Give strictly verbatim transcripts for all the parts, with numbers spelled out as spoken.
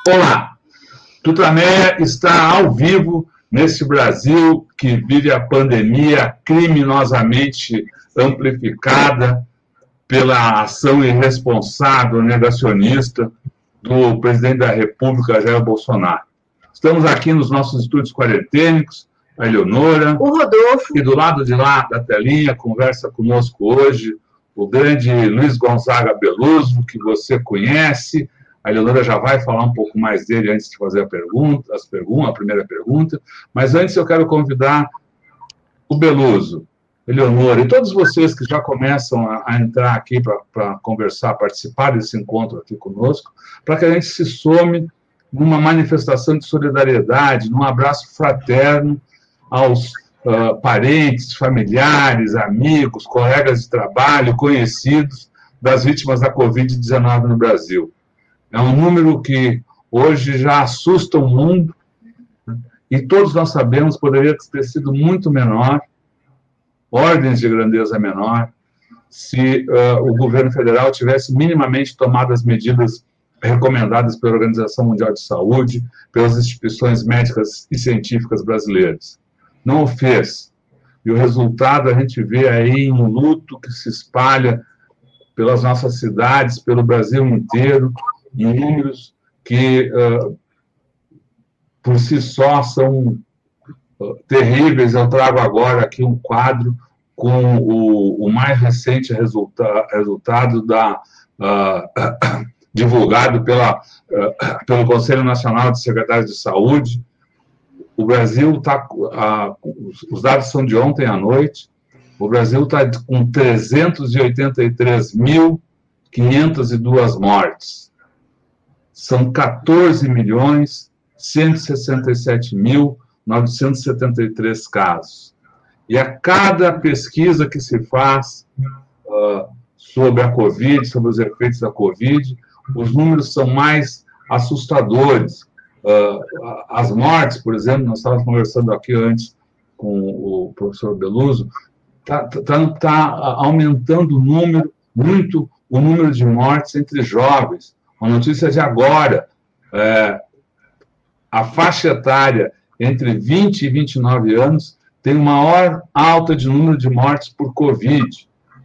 Olá, Tutameia está ao vivo nesse Brasil que vive a pandemia criminosamente amplificada pela ação irresponsável, negacionista do presidente da República, Jair Bolsonaro. Estamos aqui nos nossos estúdios quarentênicos, a Eleonora, o Rodolfo, e do lado de lá da telinha conversa conosco hoje o grande Luiz Gonzaga Beluso, que você conhece. A Eleonora já vai falar um pouco mais dele antes de fazer a pergunta, as perguntas, a primeira pergunta. Mas antes eu quero convidar o Beluso, Eleonora, e todos vocês que já começam a, a entrar aqui para conversar, participar desse encontro aqui conosco, para que a gente se some numa manifestação de solidariedade, num abraço fraterno aos uh, parentes, familiares, amigos, colegas de trabalho, conhecidos das vítimas da covid dezenove no Brasil. É um número que hoje já assusta o mundo, e todos nós sabemos que poderia ter sido muito menor, ordens de grandeza menor, se uh, o governo federal tivesse minimamente tomado as medidas recomendadas pela Organização Mundial de Saúde, pelas instituições médicas e científicas brasileiras. Não o fez. E o resultado a gente vê aí um luto que se espalha pelas nossas cidades, pelo Brasil inteiro, em números que, uh, por si só, são uh, terríveis. Eu trago agora aqui um quadro com o, o mais recente resulta resultado da, uh, divulgado pela, uh, pelo Conselho Nacional de Secretários de Saúde. O Brasil está... Uh, os dados são de ontem à noite. O Brasil está com trezentos e oitenta e três mil quinhentas e duas mortes. São quatorze milhões cento e sessenta e sete mil novecentos e setenta e três casos. E a cada pesquisa que se faz uh, sobre a Covid, sobre os efeitos da Covid, os números são mais assustadores. Uh, as mortes, por exemplo, nós estávamos conversando aqui antes com o professor Beluso, está tá, tá aumentando o número, muito o número de mortes entre jovens. Uma notícia de agora, é, a faixa etária entre vinte e vinte e nove anos tem o maior alta de número de mortes por Covid.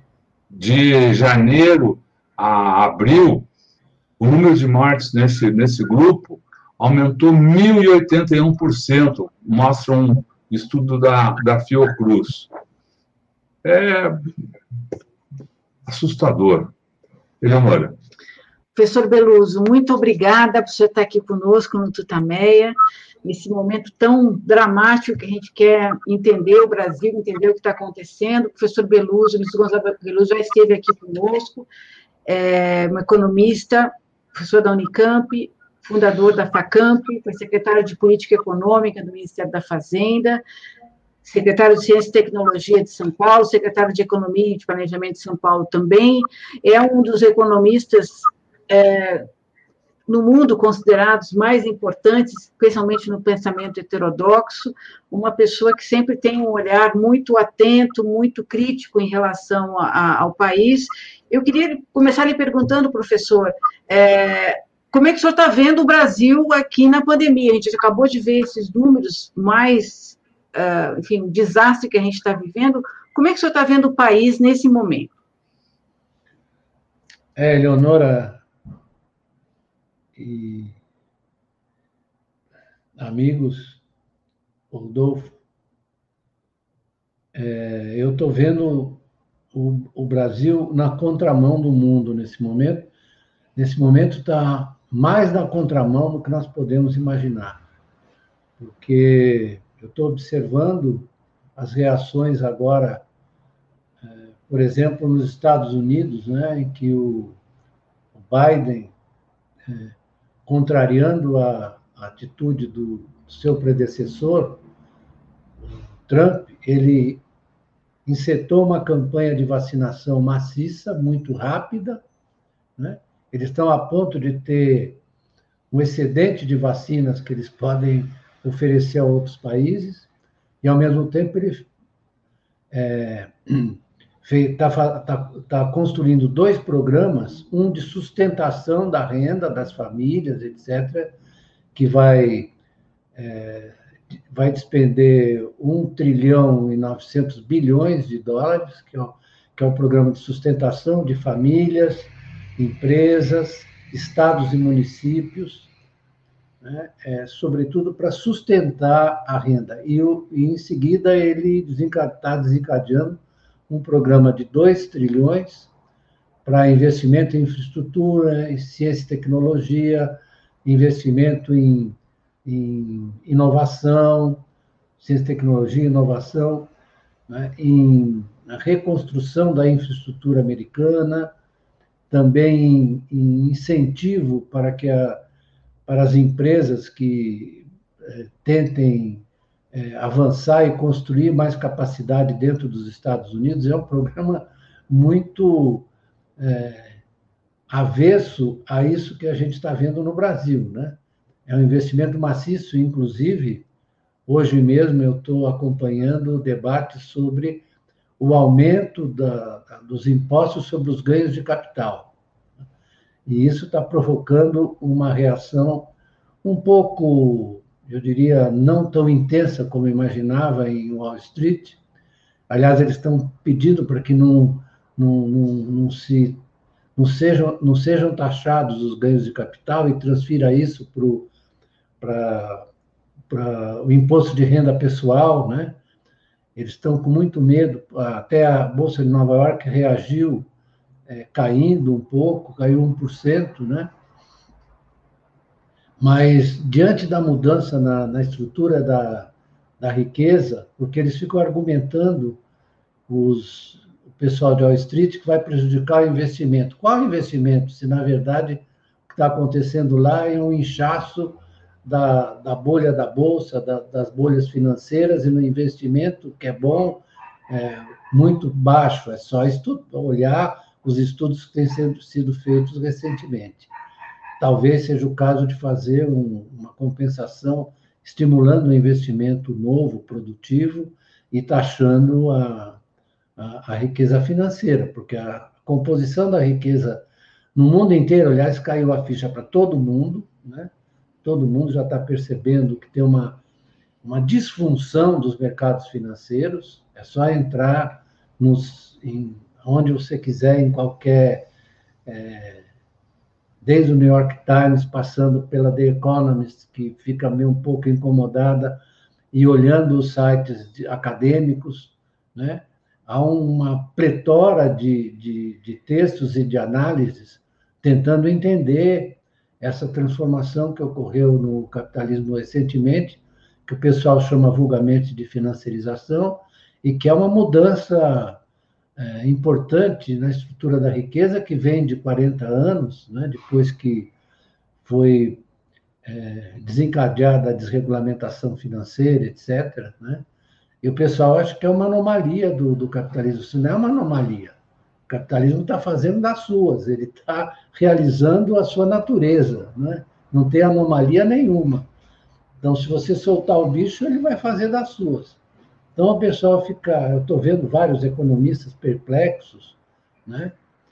De janeiro a abril, o número de mortes nesse, nesse grupo aumentou mil e oitenta e um por cento, mostra um estudo da, da Fiocruz. É assustador. Eleonora. Professor Beluso, muito obrigada por você estar aqui conosco no Tutameia, nesse momento tão dramático que a gente quer entender o Brasil, entender o que está acontecendo. O professor Beluso, Luiz Gonzaga Beluso, já esteve aqui conosco, é um economista, professor da Unicamp, fundador da FACAMP, foi secretário de Política Econômica do Ministério da Fazenda, secretário de Ciência e Tecnologia de São Paulo, secretário de Economia e de Planejamento de São Paulo também, é um dos economistas É, no mundo considerados mais importantes, especialmente no pensamento heterodoxo, uma pessoa que sempre tem um olhar muito atento, muito crítico em relação a, a, ao país. Eu queria começar lhe perguntando, professor, é, como é que o senhor está vendo o Brasil aqui na pandemia? A gente acabou de ver esses números mais, uh, enfim, o desastre que a gente está vivendo. Como é que o senhor está vendo o país nesse momento? É, Eleonora e amigos, Rodolfo, é, eu estou vendo o, o Brasil na contramão do mundo nesse momento. Nesse momento está mais na contramão do que nós podemos imaginar, porque eu estou observando as reações agora, é, por exemplo, nos Estados Unidos, né, em que o, o Biden, é, contrariando a, a atitude do seu predecessor, Trump, ele encetou uma campanha de vacinação maciça, muito rápida, né? Eles estão a ponto de ter um excedente de vacinas que eles podem oferecer a outros países, e, ao mesmo tempo, ele é, está tá, tá construindo dois programas, um de sustentação da renda das famílias, etcétera, que vai, é, vai despender um trilhão e novecentos bilhões de dólares, que é, o, que é o programa de sustentação de famílias, empresas, estados e municípios, né, é, sobretudo para sustentar a renda. E, o, e em seguida, ele está desencadeando um programa de dois trilhões para investimento em infraestrutura, em ciência e tecnologia, investimento em, em inovação, ciência e tecnologia, inovação, né, em reconstrução da infraestrutura americana, também em, em incentivo para que a para as empresas que eh, tentem eh, avançar e construir mais capacidade dentro dos Estados Unidos. É um programa muito eh, avesso a isso que a gente está vendo no Brasil, né? É um investimento maciço, inclusive, hoje mesmo eu estou acompanhando o debate sobre o aumento da, dos impostos sobre os ganhos de capital. E isso está provocando uma reação um pouco, eu diria, não tão intensa como imaginava em Wall Street. Aliás, eles estão pedindo para que não, não, não, não, se, não, sejam, não sejam taxados os ganhos de capital e transfira isso para o imposto de renda pessoal, né? Eles estão com muito medo. Até a Bolsa de Nova York reagiu É, caindo um pouco, caiu um por cento, né? Mas, diante da mudança na, na estrutura da, da riqueza, porque eles ficam argumentando, os, o pessoal de Wall Street, que vai prejudicar o investimento. Qual investimento? Se, na verdade, o que está acontecendo lá é um inchaço da, da bolha da Bolsa, da, das bolhas financeiras, e no investimento, que é bom, é muito baixo. É só estudar, olhar os estudos que têm sido, sido feitos recentemente. Talvez seja o caso de fazer um, uma compensação, estimulando o investimento novo, produtivo, e taxando a, a, a riqueza financeira, porque a composição da riqueza no mundo inteiro, aliás, caiu a ficha para todo mundo, né? Todo mundo já está percebendo que tem uma, uma disfunção dos mercados financeiros. É só entrar nos... Em, onde você quiser, em qualquer, é, desde o New York Times, passando pela The Economist, que fica meio um pouco incomodada, e olhando os sites de, acadêmicos, né? Há uma pletora de, de, de textos e de análises tentando entender essa transformação que ocorreu no capitalismo recentemente, que o pessoal chama vulgarmente de financiarização, e que é uma mudança É, importante na estrutura da riqueza, que vem de quarenta anos, né, depois que foi é, desencadeada a desregulamentação financeira, etcétera, né? E o pessoal acha que é uma anomalia do, do capitalismo. Isso não é uma anomalia. O capitalismo está fazendo das suas, ele está realizando a sua natureza, né? Não tem anomalia nenhuma. Então, se você soltar o bicho, ele vai fazer das suas. Então, o pessoal fica... Eu estou vendo vários economistas perplexos, né?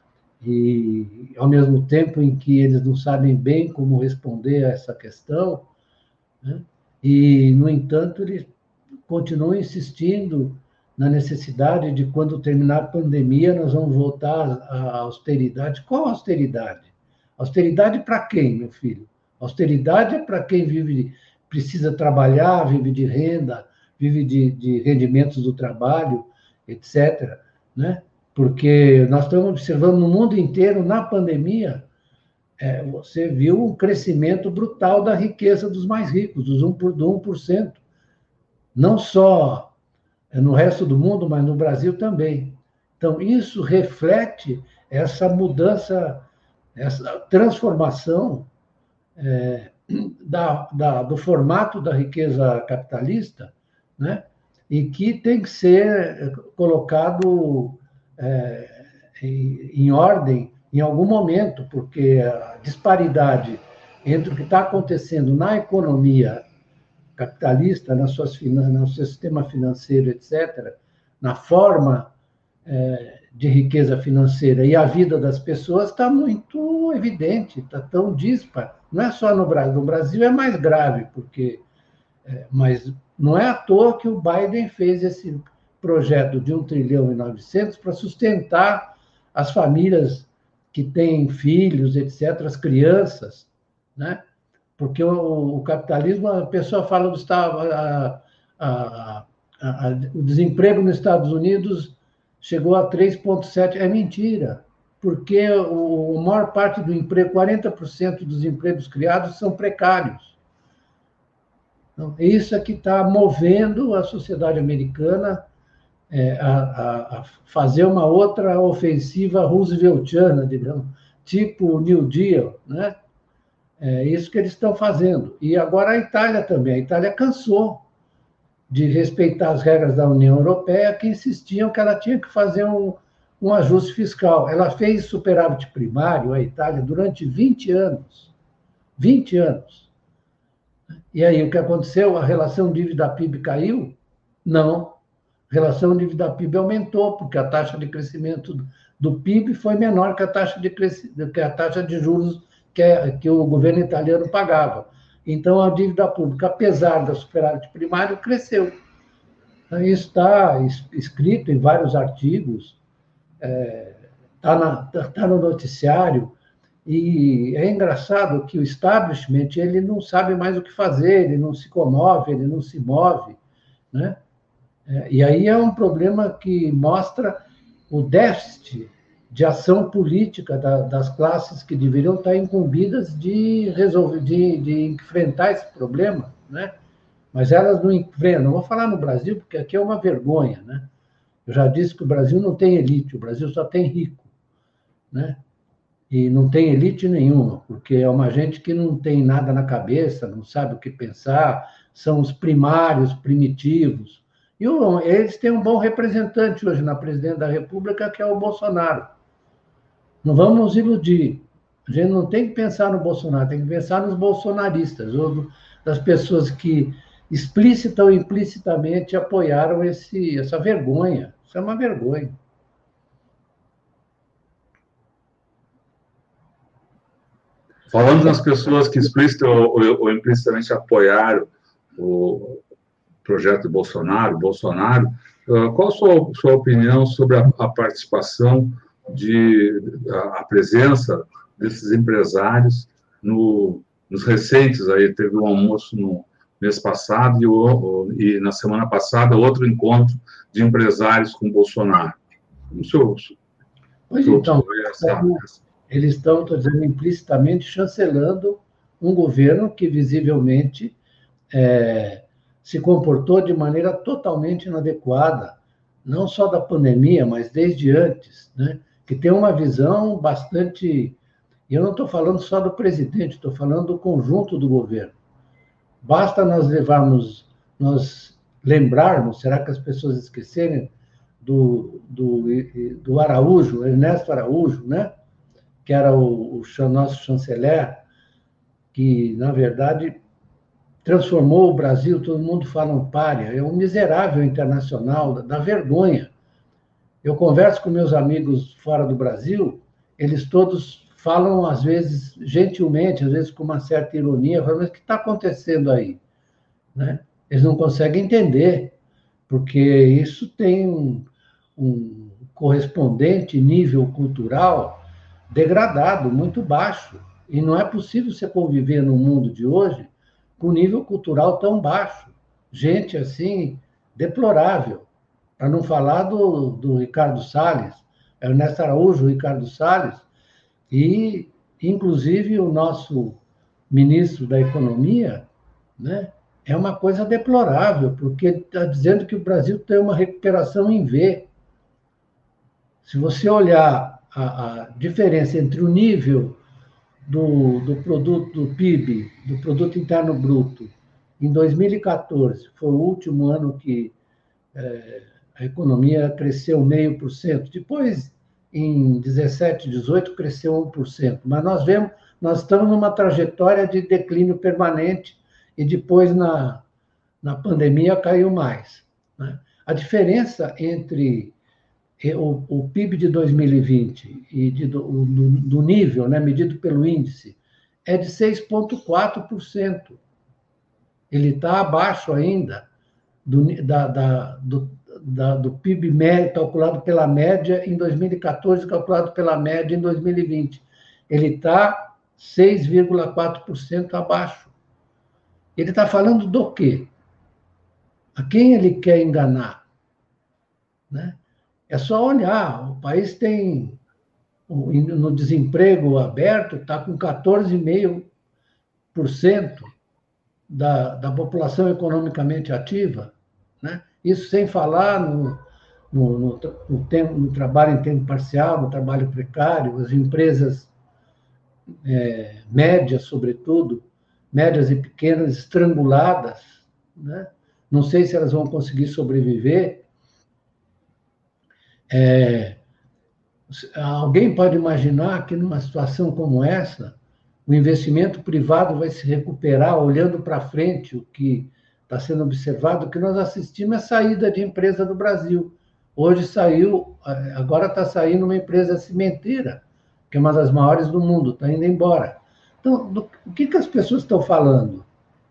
E, ao mesmo tempo em que eles não sabem bem como responder a essa questão, né? E, no entanto, eles continuam insistindo na necessidade de, quando terminar a pandemia, nós vamos voltar à austeridade. Qual austeridade? Austeridade para quem, meu filho? Austeridade é para quem vive, precisa trabalhar, vive de renda, vive de, de rendimentos do trabalho, etcétera, né? Porque nós estamos observando no mundo inteiro, na pandemia, é, você viu um crescimento brutal da riqueza dos mais ricos, dos um por, do um por cento. Não só no resto do mundo, mas no Brasil também. Então, isso reflete essa mudança, essa transformação é, da, da, do formato da riqueza capitalista, né? E que tem que ser colocado é, em, em ordem em algum momento, porque a disparidade entre o que está acontecendo na economia capitalista, nas suas, no seu sistema financeiro, etcétera, na forma é, de riqueza financeira. E a vida das pessoas está muito evidente, está tão dispar. Não é só no Brasil. No Brasil é mais grave, porque... É, mas não é à toa que o Biden fez esse projeto de um trilhão e novecentos para sustentar as famílias que têm filhos, etcétera, as crianças, né? Porque o, o capitalismo, a pessoa fala do Estado, a, a, a, a, o desemprego nos Estados Unidos chegou a três vírgula sete, é mentira, porque o, a maior parte do emprego, quarenta por cento dos empregos criados são precários. Então, isso é que está movendo a sociedade americana é, a, a, a fazer uma outra ofensiva rooseveltiana, digamos, tipo New Deal, né? É isso que eles estão fazendo. E agora a Itália também. A Itália cansou de respeitar as regras da União Europeia, que insistiam que ela tinha que fazer um, um ajuste fiscal. Ela fez superávit primário, a Itália, durante vinte anos. vinte anos. E aí, o que aconteceu? A relação dívida-P I B caiu? Não. A relação dívida-P I B aumentou, porque a taxa de crescimento do P I B foi menor que a taxa de, que a taxa de juros que, é, que o governo italiano pagava. Então, a dívida pública, apesar da superávit primário, cresceu. Então, isso está escrito em vários artigos, está é, tá tá no noticiário. E é engraçado que o establishment ele não sabe mais o que fazer, ele não se comove, ele não se move, né? E aí é um problema que mostra o déficit de ação política das classes que deveriam estar incumbidas de resolver, de, de enfrentar esse problema, né? Mas elas não enfrentam. Não vou falar no Brasil, porque aqui é uma vergonha, né? Eu já disse que o Brasil não tem elite, o Brasil só tem rico, né? E não tem elite nenhuma, porque é uma gente que não tem nada na cabeça, não sabe o que pensar, são os primários, primitivos. E o, eles têm um bom representante hoje na presidente da República, que é o Bolsonaro. Não vamos nos iludir. A gente não tem que pensar no Bolsonaro, tem que pensar nos bolsonaristas, ou das pessoas que explícita ou implicitamente apoiaram esse, essa vergonha. Isso é uma vergonha. Falando nas pessoas que explícita ou, ou implicitamente apoiaram o projeto de Bolsonaro, Bolsonaro, qual a sua, sua opinião sobre a, a participação, de, a, a presença desses empresários no, nos recentes, aí teve um almoço no mês passado e, o, e na semana passada outro encontro de empresários com Bolsonaro. Como o senhor, pois então, essa, essa... eles estão, estou dizendo, implicitamente chancelando um governo que visivelmente é, se comportou de maneira totalmente inadequada, não só da pandemia, mas desde antes, né? Que tem uma visão bastante... E eu não estou falando só do presidente, estou falando do conjunto do governo. Basta nós levarmos, nós lembrarmos, será que as pessoas esquecerem do, do, do Araújo, Ernesto Araújo, né? Que era o, o nosso chanceler, que, na verdade, transformou o Brasil, todo mundo fala um pária, é um miserável internacional, da vergonha. Eu converso com meus amigos fora do Brasil, eles todos falam, às vezes, gentilmente, às vezes com uma certa ironia, falam, mas o que está acontecendo aí? Né? Eles não conseguem entender, porque isso tem um, um correspondente nível cultural degradado, muito baixo. E não é possível você conviver no mundo de hoje com nível cultural tão baixo. Gente, assim, deplorável. Para não falar do, do Ricardo Salles, Ernesto Araújo, Ricardo Salles, e, inclusive, o nosso ministro da Economia, né, é uma coisa deplorável, porque está dizendo que o Brasil tem uma recuperação em V. Se você olhar a, a diferença entre o nível do, do produto do P I B, do Produto Interno Bruto, em dois mil e quatorze, foi o último ano que é, a economia cresceu meio por cento. Depois, em dezessete, dezoito, cresceu um por cento. Mas nós vemos, nós estamos numa trajetória de declínio permanente e depois, na, na pandemia, caiu mais. Né? A diferença entre, o, o P I B de dois mil e vinte, e de, do, do, do nível, né, medido pelo índice, é de seis vírgula quatro por cento. Ele está abaixo ainda do, da, da, do, da, do P I B médio, calculado pela média em dois mil e quatorze, calculado pela média em dois mil e vinte. Ele está seis vírgula quatro por cento abaixo. Ele está falando do quê? A quem ele quer enganar? Né? É só olhar, o país tem, no desemprego aberto, está com quatorze vírgula cinco por cento da, da população economicamente ativa, né? Isso sem falar no, no, no, no, tempo, no trabalho em tempo parcial, no trabalho precário, as empresas é, médias, sobretudo, médias e pequenas, estranguladas, né? Não sei se elas vão conseguir sobreviver. É, alguém pode imaginar que, numa situação como essa, o investimento privado vai se recuperar olhando para frente, o que está sendo observado, o que nós assistimos é a saída de empresa do Brasil. Hoje saiu, agora está saindo uma empresa cimenteira, que é uma das maiores do mundo, está indo embora. Então, do, o que, que as pessoas estão falando?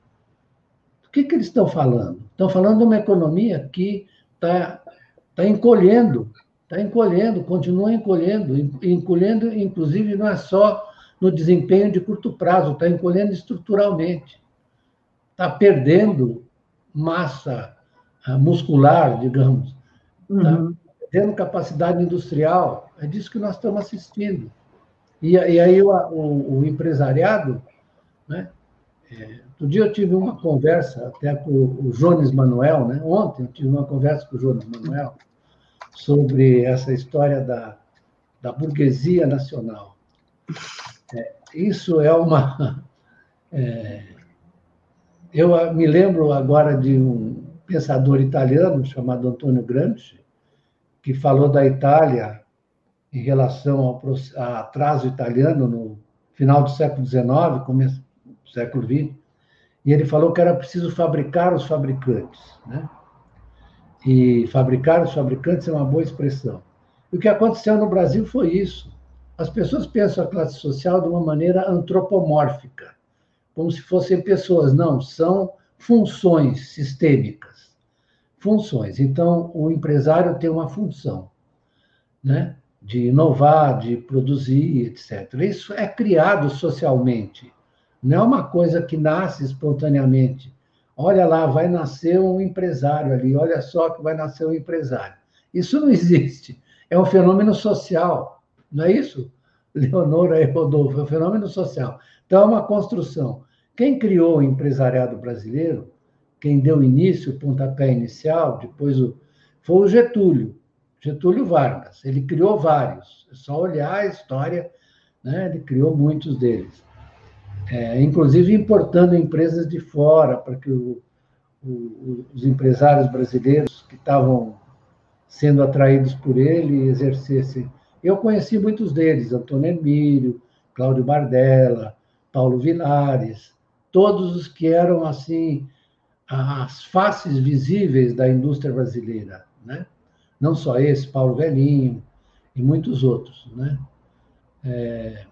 O que, que eles estão falando? Estão falando de uma economia que está tá encolhendo, está encolhendo, continua encolhendo, encolhendo, inclusive, não é só no desempenho de curto prazo, está encolhendo estruturalmente, está perdendo massa muscular, digamos, está uhum. perdendo capacidade industrial, é disso que nós estamos assistindo. E, e aí o, o, o empresariado, né? É, outro dia eu tive uma conversa até com o Jones Manuel, né? Ontem eu tive uma conversa com o Jones Manuel sobre essa história da, da burguesia nacional. É, isso é uma... É, eu me lembro agora de um pensador italiano chamado Antônio Gramsci, que falou da Itália em relação ao, ao atraso italiano no final do século dezenove, começo do século vinte, e ele falou que era preciso fabricar os fabricantes, né? E fabricar os fabricantes é uma boa expressão. E o que aconteceu no Brasil foi isso. As pessoas pensam a classe social de uma maneira antropomórfica, como se fossem pessoas. Não, são funções sistêmicas. Funções. Então, o empresário tem uma função, né? De inovar, de produzir, etcétera. Isso é criado socialmente. Não é uma coisa que nasce espontaneamente. Olha lá, vai nascer um empresário ali, olha só que vai nascer um empresário. Isso não existe. É um fenômeno social, não é isso? Leonora e Rodolfo, é um fenômeno social. Então, é uma construção. Quem criou o empresariado brasileiro, quem deu início, o pontapé inicial, depois o, foi o Getúlio, Getúlio Vargas. Ele criou vários. É só olhar a história, né? Ele criou muitos deles. É, inclusive importando empresas de fora, para que o, o, os empresários brasileiros que estavam sendo atraídos por ele exercessem. Eu conheci muitos deles, Antônio Emílio, Cláudio Bardella, Paulo Vilares, todos os que eram, assim, as faces visíveis da indústria brasileira, né? Não só esse, Paulo Velhinho, e muitos outros, né? É...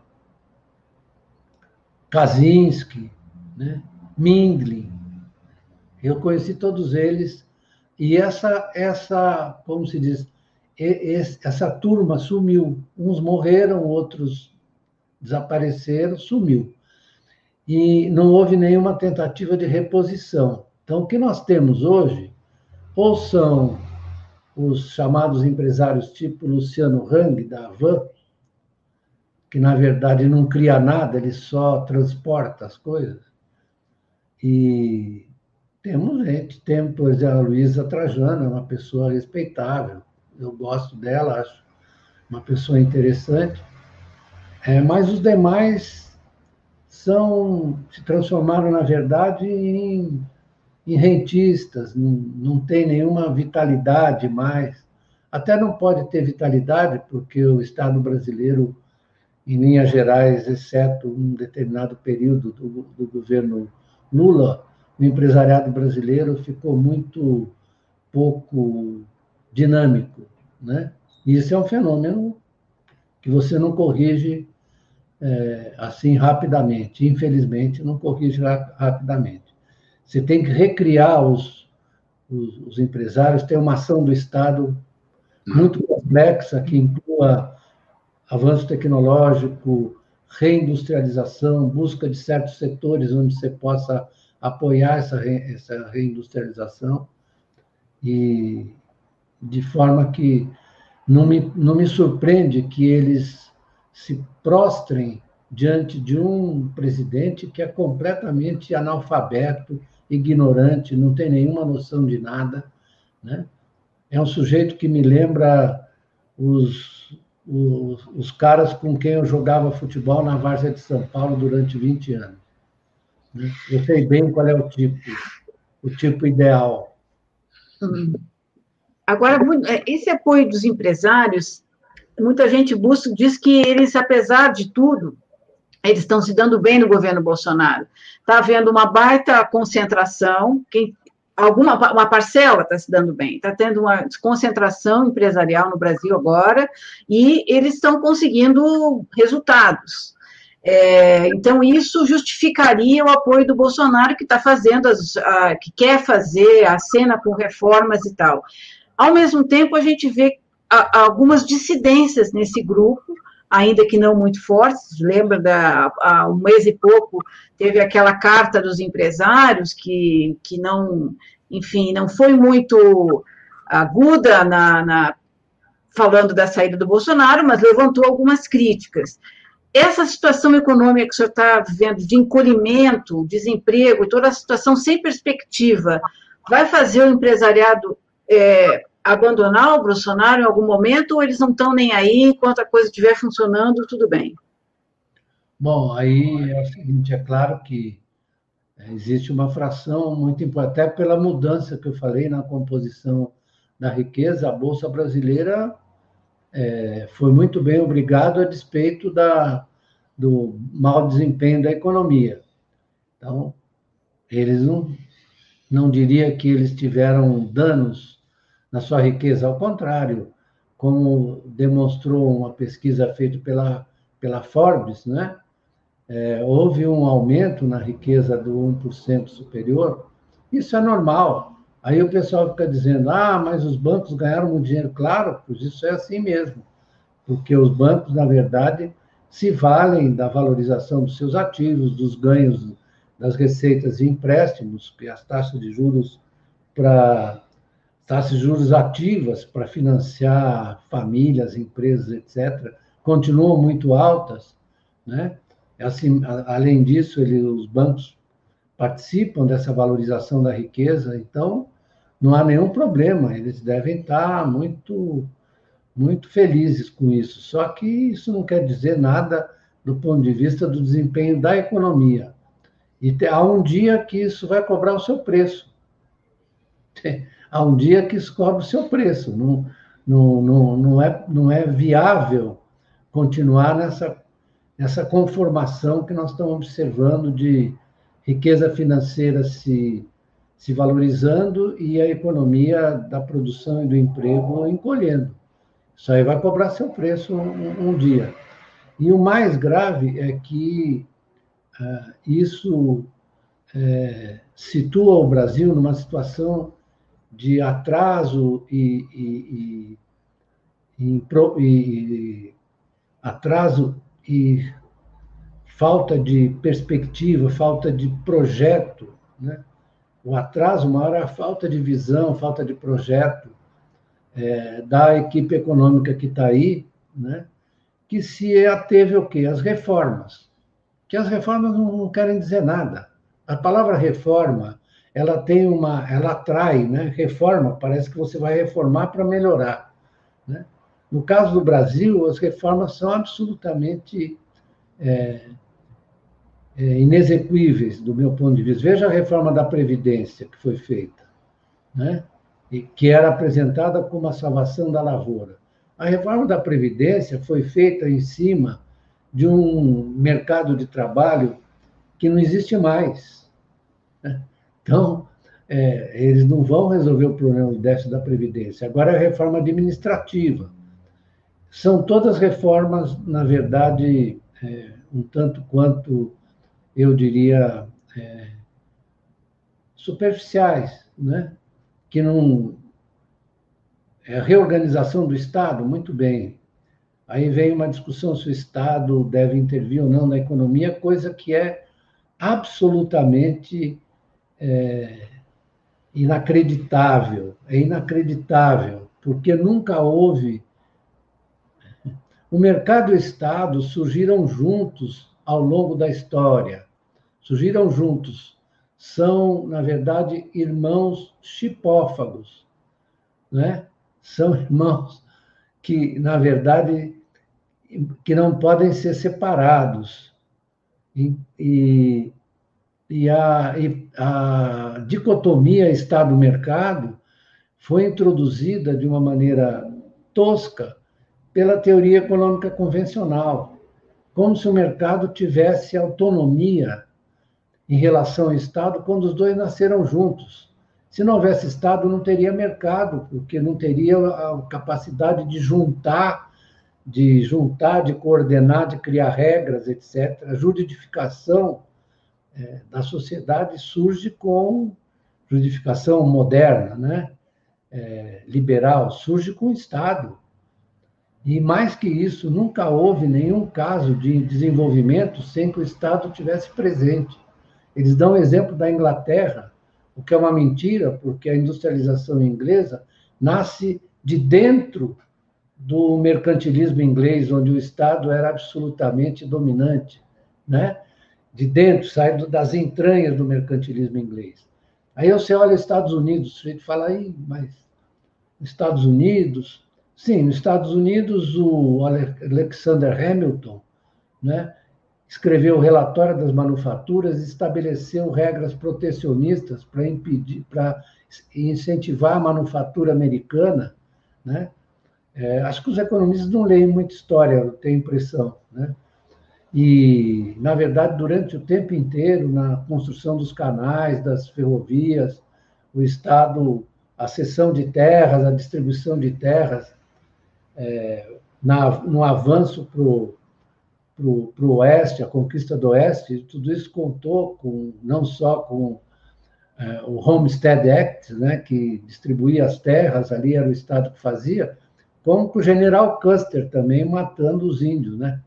Kaczynski, né? Mindlin. Eu conheci todos eles, e essa, essa, como se diz, essa turma sumiu. Uns morreram, outros desapareceram, sumiu. E não houve nenhuma tentativa de reposição. Então, o que nós temos hoje, ou são os chamados empresários tipo Luciano Hang, da Havan, que, na verdade, não cria nada, ele só transporta as coisas. E temos gente, temos, por exemplo, a Luísa Trajano, é uma pessoa respeitável, eu gosto dela, acho uma pessoa interessante, é, mas os demais são, se transformaram, na verdade, em, em rentistas, não, não tem nenhuma vitalidade mais. Até não pode ter vitalidade, porque o Estado brasileiro, em linhas gerais, exceto um determinado período do, do governo Lula, o empresariado brasileiro ficou muito pouco dinâmico, né? Isso é um fenômeno que você não corrige é, assim rapidamente. Infelizmente, não corrige rapidamente. Você tem que recriar os, os, os empresários, tem uma ação do Estado muito complexa, que inclua avanço tecnológico, reindustrialização, busca de certos setores onde você possa apoiar essa, re, essa reindustrialização, e de forma que não me, não me surpreende que eles se prostrem diante de um presidente que é completamente analfabeto, ignorante, não tem nenhuma noção de nada, né? É um sujeito que me lembra os, os, os caras com quem eu jogava futebol na Várzea de São Paulo durante vinte anos. Né? Eu sei bem qual é o tipo, o tipo ideal. Hum. Agora, esse apoio dos empresários, muita gente busca, diz que eles, apesar de tudo, eles estão se dando bem no governo Bolsonaro. Está havendo uma baita concentração, quem, alguma uma parcela está se dando bem, está tendo uma concentração empresarial no Brasil agora, e eles estão conseguindo resultados. É, então, isso justificaria o apoio do Bolsonaro, que está fazendo, as, a, que quer fazer a cena com reformas e tal. Ao mesmo tempo, a gente vê a, algumas dissidências nesse grupo, ainda que não muito fortes. Lembra, da, há um mês e pouco, teve aquela carta dos empresários que, que não, enfim, não foi muito aguda na, na, falando da saída do Bolsonaro, mas levantou algumas críticas. Essa situação econômica que o senhor está vivendo, de encolhimento, desemprego, toda a situação sem perspectiva, vai fazer o empresariado é, abandonar o Bolsonaro em algum momento, ou eles não estão nem aí, enquanto a coisa estiver funcionando, tudo bem? Bom, aí é o seguinte, é claro que existe uma fração muito importante, até pela mudança que eu falei na composição da riqueza, a Bolsa Brasileira é, foi muito bem, obrigado, a despeito da, do mau desempenho da economia. Então, eles não, não diria que eles tiveram danos na sua riqueza, ao contrário, como demonstrou uma pesquisa feita pela, pela Forbes, né? É, houve um aumento na riqueza do um por cento superior, isso é normal. Aí o pessoal fica dizendo, ah, mas os bancos ganharam muito dinheiro. Claro, pois isso é assim mesmo, porque os bancos, na verdade, se valem da valorização dos seus ativos, dos ganhos das receitas de empréstimos, que as taxas de juros para taxas de juros ativas para financiar famílias, empresas, etcétera, continuam muito altas, né? Assim, além disso, ele, os bancos participam dessa valorização da riqueza, então não há nenhum problema, eles devem estar muito, muito felizes com isso. Só que isso não quer dizer nada do ponto de vista do desempenho da economia. E há um dia que isso vai cobrar o seu preço. Há um dia que isso cobra o seu preço. Não, não, não, não, é, não é viável continuar nessa, nessa conformação que nós estamos observando de riqueza financeira se, se valorizando e a economia da produção e do emprego encolhendo. Isso aí vai cobrar seu preço um, um dia. E o mais grave é que uh, isso é, situa o Brasil numa situação de atraso e, e, e, e, e atraso e falta de perspectiva, falta de projeto, né? O atraso maior é a falta de visão, falta de projeto é, da equipe econômica que está aí, né? Que se ateve o quê? As reformas. Que as reformas não, não querem dizer nada. A palavra reforma, ela tem uma, ela atrai, né? Reforma, parece que você vai reformar para melhorar, né? No caso do Brasil, as reformas são absolutamente é, é, inexequíveis, do meu ponto de vista. Veja a reforma da Previdência que foi feita, né? E que era apresentada como a salvação da lavoura. A reforma da Previdência foi feita em cima de um mercado de trabalho que não existe mais, né? Então, é, eles não vão resolver o problema do déficit da Previdência. Agora é a reforma administrativa. são todas reformas, na verdade, é, um tanto quanto, eu diria, é, superficiais, né? Que não... É a reorganização do Estado, muito bem. Aí vem uma discussão se o Estado deve intervir ou não na economia, coisa que é absolutamente é, inacreditável. É inacreditável, porque nunca houve... O mercado e o Estado surgiram juntos ao longo da história. Surgiram juntos. São, na verdade, irmãos chipófagos, né? São irmãos que, na verdade, que não podem ser separados. E, e, e, a, e a dicotomia Estado-mercado foi introduzida de uma maneira tosca pela teoria econômica convencional, como se o mercado tivesse autonomia em relação ao Estado quando os dois nasceram juntos. Se não houvesse Estado, não teria mercado, porque não teria a capacidade de juntar, de juntar, de coordenar, de criar regras, etcétera. A juridificação é, da sociedade surge com juridificação moderna, né? É, liberal, surge com o Estado. E, mais que isso, nunca houve nenhum caso de desenvolvimento sem que o Estado tivesse presente. Eles dão o exemplo da Inglaterra, o que é uma mentira, porque a industrialização inglesa nasce de dentro do mercantilismo inglês, onde o Estado era absolutamente dominante, né? De dentro, sai das entranhas do mercantilismo inglês. Aí você olha os Estados Unidos, a gente fala aí, mas Estados Unidos... Sim, nos Estados Unidos, o Alexander Hamilton, né, escreveu o Relatório das Manufaturas e estabeleceu regras protecionistas para impedir, para incentivar a manufatura americana, né? É, acho que os economistas não leem muita história, eu tenho a impressão, né? E, na verdade, durante o tempo inteiro, na construção dos canais, das ferrovias, o Estado, a cessão de terras, a distribuição de terras, é, na, no avanço para o para o oeste, a conquista do oeste, tudo isso contou com, não só com é, o Homestead Act, né, que distribuía as terras, ali era o Estado que fazia, como com o General Custer também matando os índios, né?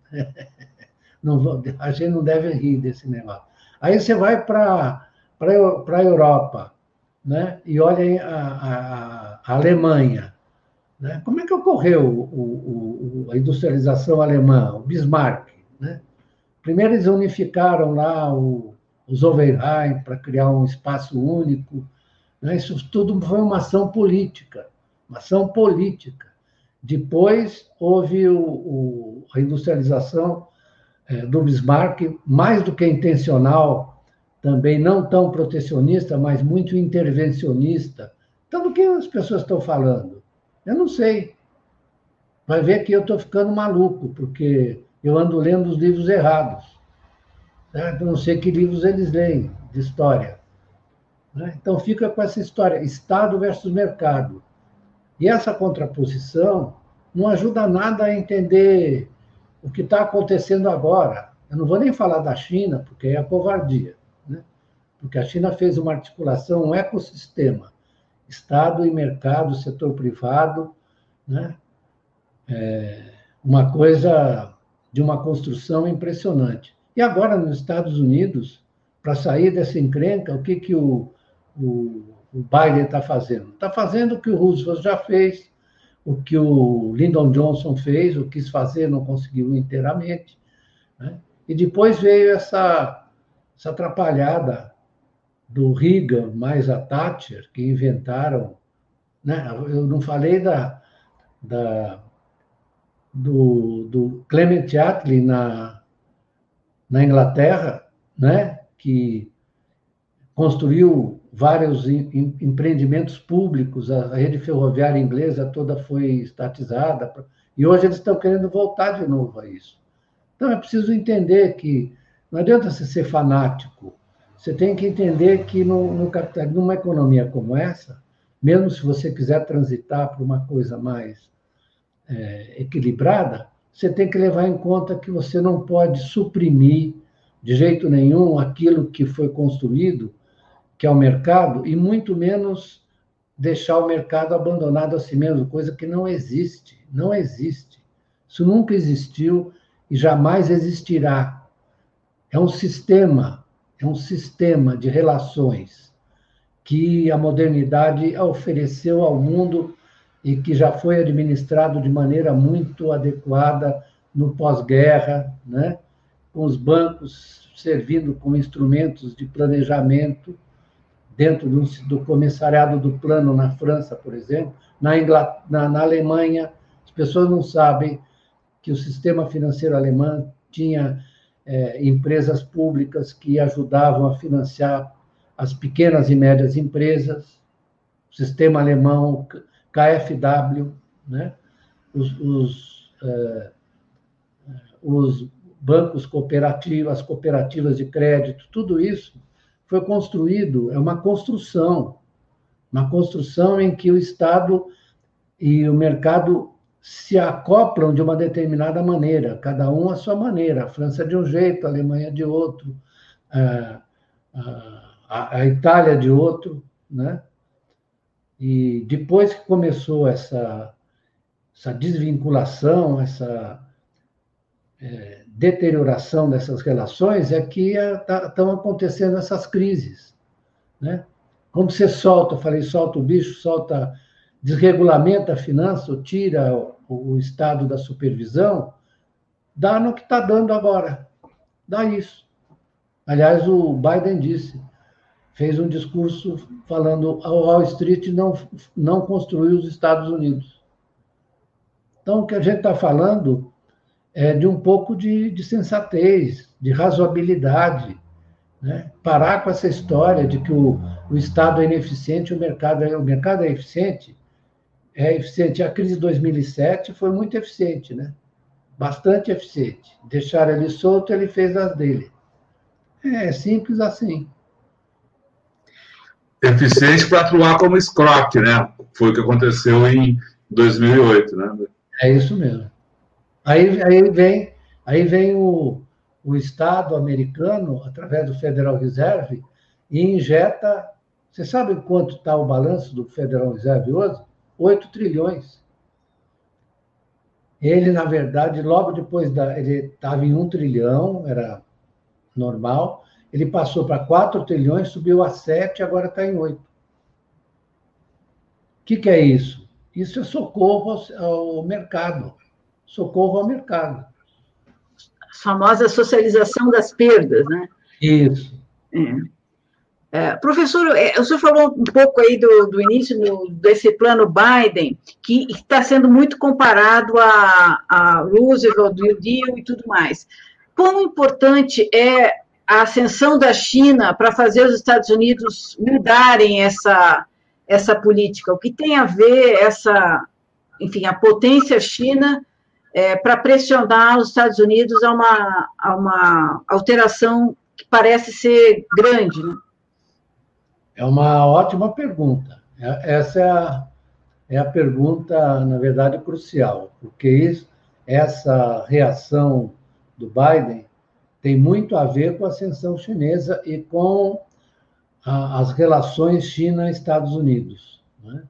Não, a gente não deve rir desse negócio. Aí você vai para a Europa, né, e olha a, a, a Alemanha. Né? Como é que ocorreu o, o, a industrialização alemã, o Bismarck? Né? Primeiro eles unificaram lá o, os Overheim para criar um espaço único. Né? Isso tudo foi uma ação política, uma ação política. Depois houve o, o, a industrialização é, do Bismarck, mais do que intencional, também não tão protecionista, mas muito intervencionista. Então, do que as pessoas estão falando? Eu não sei. Vai ver que eu estou ficando maluco, porque eu ando lendo os livros errados. Né? Eu não sei que livros eles leem de história. Né? Então, fica com essa história, Estado versus mercado. E essa contraposição não ajuda nada a entender o que está acontecendo agora. Eu não vou nem falar da China, porque é a covardia. Né? Porque a China fez uma articulação, um ecossistema. Estado e mercado, setor privado, né? É uma coisa de uma construção impressionante. E agora, nos Estados Unidos, para sair dessa encrenca, o que, que o, o, o Biden está fazendo? Está fazendo o que o Roosevelt já fez, o que o Lyndon Johnson fez, o quis fazer, não conseguiu inteiramente. Né? E depois veio essa, essa atrapalhada do Reagan mais a Thatcher, que inventaram... Né? Eu não falei da, da, do, do Clement Attlee na, na Inglaterra, né? Que construiu vários em, empreendimentos públicos, a rede ferroviária inglesa toda foi estatizada, e hoje eles estão querendo voltar de novo a isso. Então, é preciso entender que não adianta você ser fanático. Você tem que entender que no, no capitalismo, numa economia como essa, mesmo se você quiser transitar para uma coisa mais é, equilibrada, você tem que levar em conta que você não pode suprimir de jeito nenhum aquilo que foi construído, que é o mercado, e muito menos deixar o mercado abandonado a si mesmo, coisa que não existe, não existe. Isso nunca existiu e jamais existirá. É um sistema, é um sistema de relações que a modernidade ofereceu ao mundo e que já foi administrado de maneira muito adequada no pós-guerra, né? Com os bancos servindo como instrumentos de planejamento dentro do, do comissariado do plano na França, por exemplo, na, Inglaterra, na, na Alemanha. As pessoas não sabem que o sistema financeiro alemão tinha é, empresas públicas que ajudavam a financiar as pequenas e médias empresas, o sistema alemão, K F W, né? os, os, é, os bancos cooperativos, as cooperativas de crédito, tudo isso foi construído, é uma construção, uma construção em que o Estado e o mercado se acoplam de uma determinada maneira, cada um à sua maneira. A França de um jeito, a Alemanha de outro, a, a, a Itália de outro, né? E depois que começou essa, essa desvinculação, essa é, deterioração dessas relações, é que estão acontecendo essas crises, né? Como você solta, eu falei, solta o bicho, solta, desregulamenta a finança, tira o, o Estado da supervisão, dá no que está dando agora, dá isso. Aliás, o Biden disse, fez um discurso falando ao Wall Street não, não construir os Estados Unidos. Então, o que a gente está falando é de um pouco de, de sensatez, de razoabilidade, né? Parar com essa história de que o, o Estado é ineficiente, o mercado é, o mercado é eficiente, é eficiente. A crise de dois mil e sete foi muito eficiente, né? Bastante eficiente. Deixaram ele solto, ele fez as dele. É simples assim. Eficiente para atuar como escroque, né? Foi o que aconteceu em dois mil e oito, né? É isso mesmo. Aí, aí vem, aí vem o, o Estado americano, através do Federal Reserve, e injeta... Você sabe quanto está o balanço do Federal Reserve hoje? oito trilhões. Ele, na verdade, logo depois da... Ele estava em um trilhão, era normal. Ele passou para quatro trilhões, subiu a sete, agora está em oito. O que, que é isso? Isso é socorro ao, ao mercado. Socorro ao mercado. A famosa socialização das perdas, né? Isso. É. É, professor, o senhor falou um pouco aí do, do início do, desse plano Biden, que está sendo muito comparado a, a Roosevelt, New Deal e tudo mais. Quão importante é a ascensão da China para fazer os Estados Unidos mudarem essa, essa política? O que tem a ver essa, enfim, a potência China é, para pressionar os Estados Unidos a uma, a uma alteração que parece ser grande, né? É uma ótima pergunta. Essa é a, é a pergunta, na verdade, crucial, porque isso, essa reação do Biden tem muito a ver com a ascensão chinesa e com a, as relações China-Estados Unidos, né?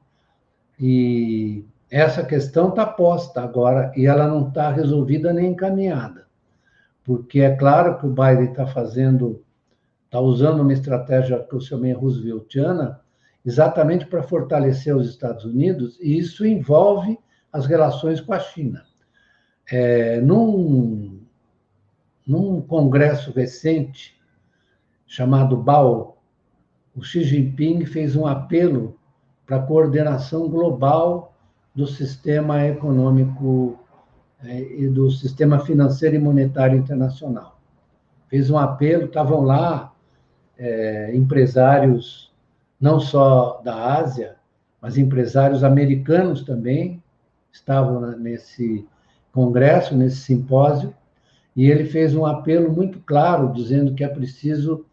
E essa questão está posta agora e ela não está resolvida nem encaminhada, porque é claro que o Biden está fazendo... está usando uma estratégia que eu chamei rooseveltiana, exatamente para fortalecer os Estados Unidos, e isso envolve as relações com a China. É, num, num congresso recente, chamado B A O, o Xi Jinping fez um apelo para a coordenação global do sistema econômico é, e do sistema financeiro e monetário internacional. Fez um apelo, estavam lá É, empresários não só da Ásia, mas empresários americanos também estavam nesse congresso, nesse simpósio, e ele fez um apelo muito claro, dizendo que é preciso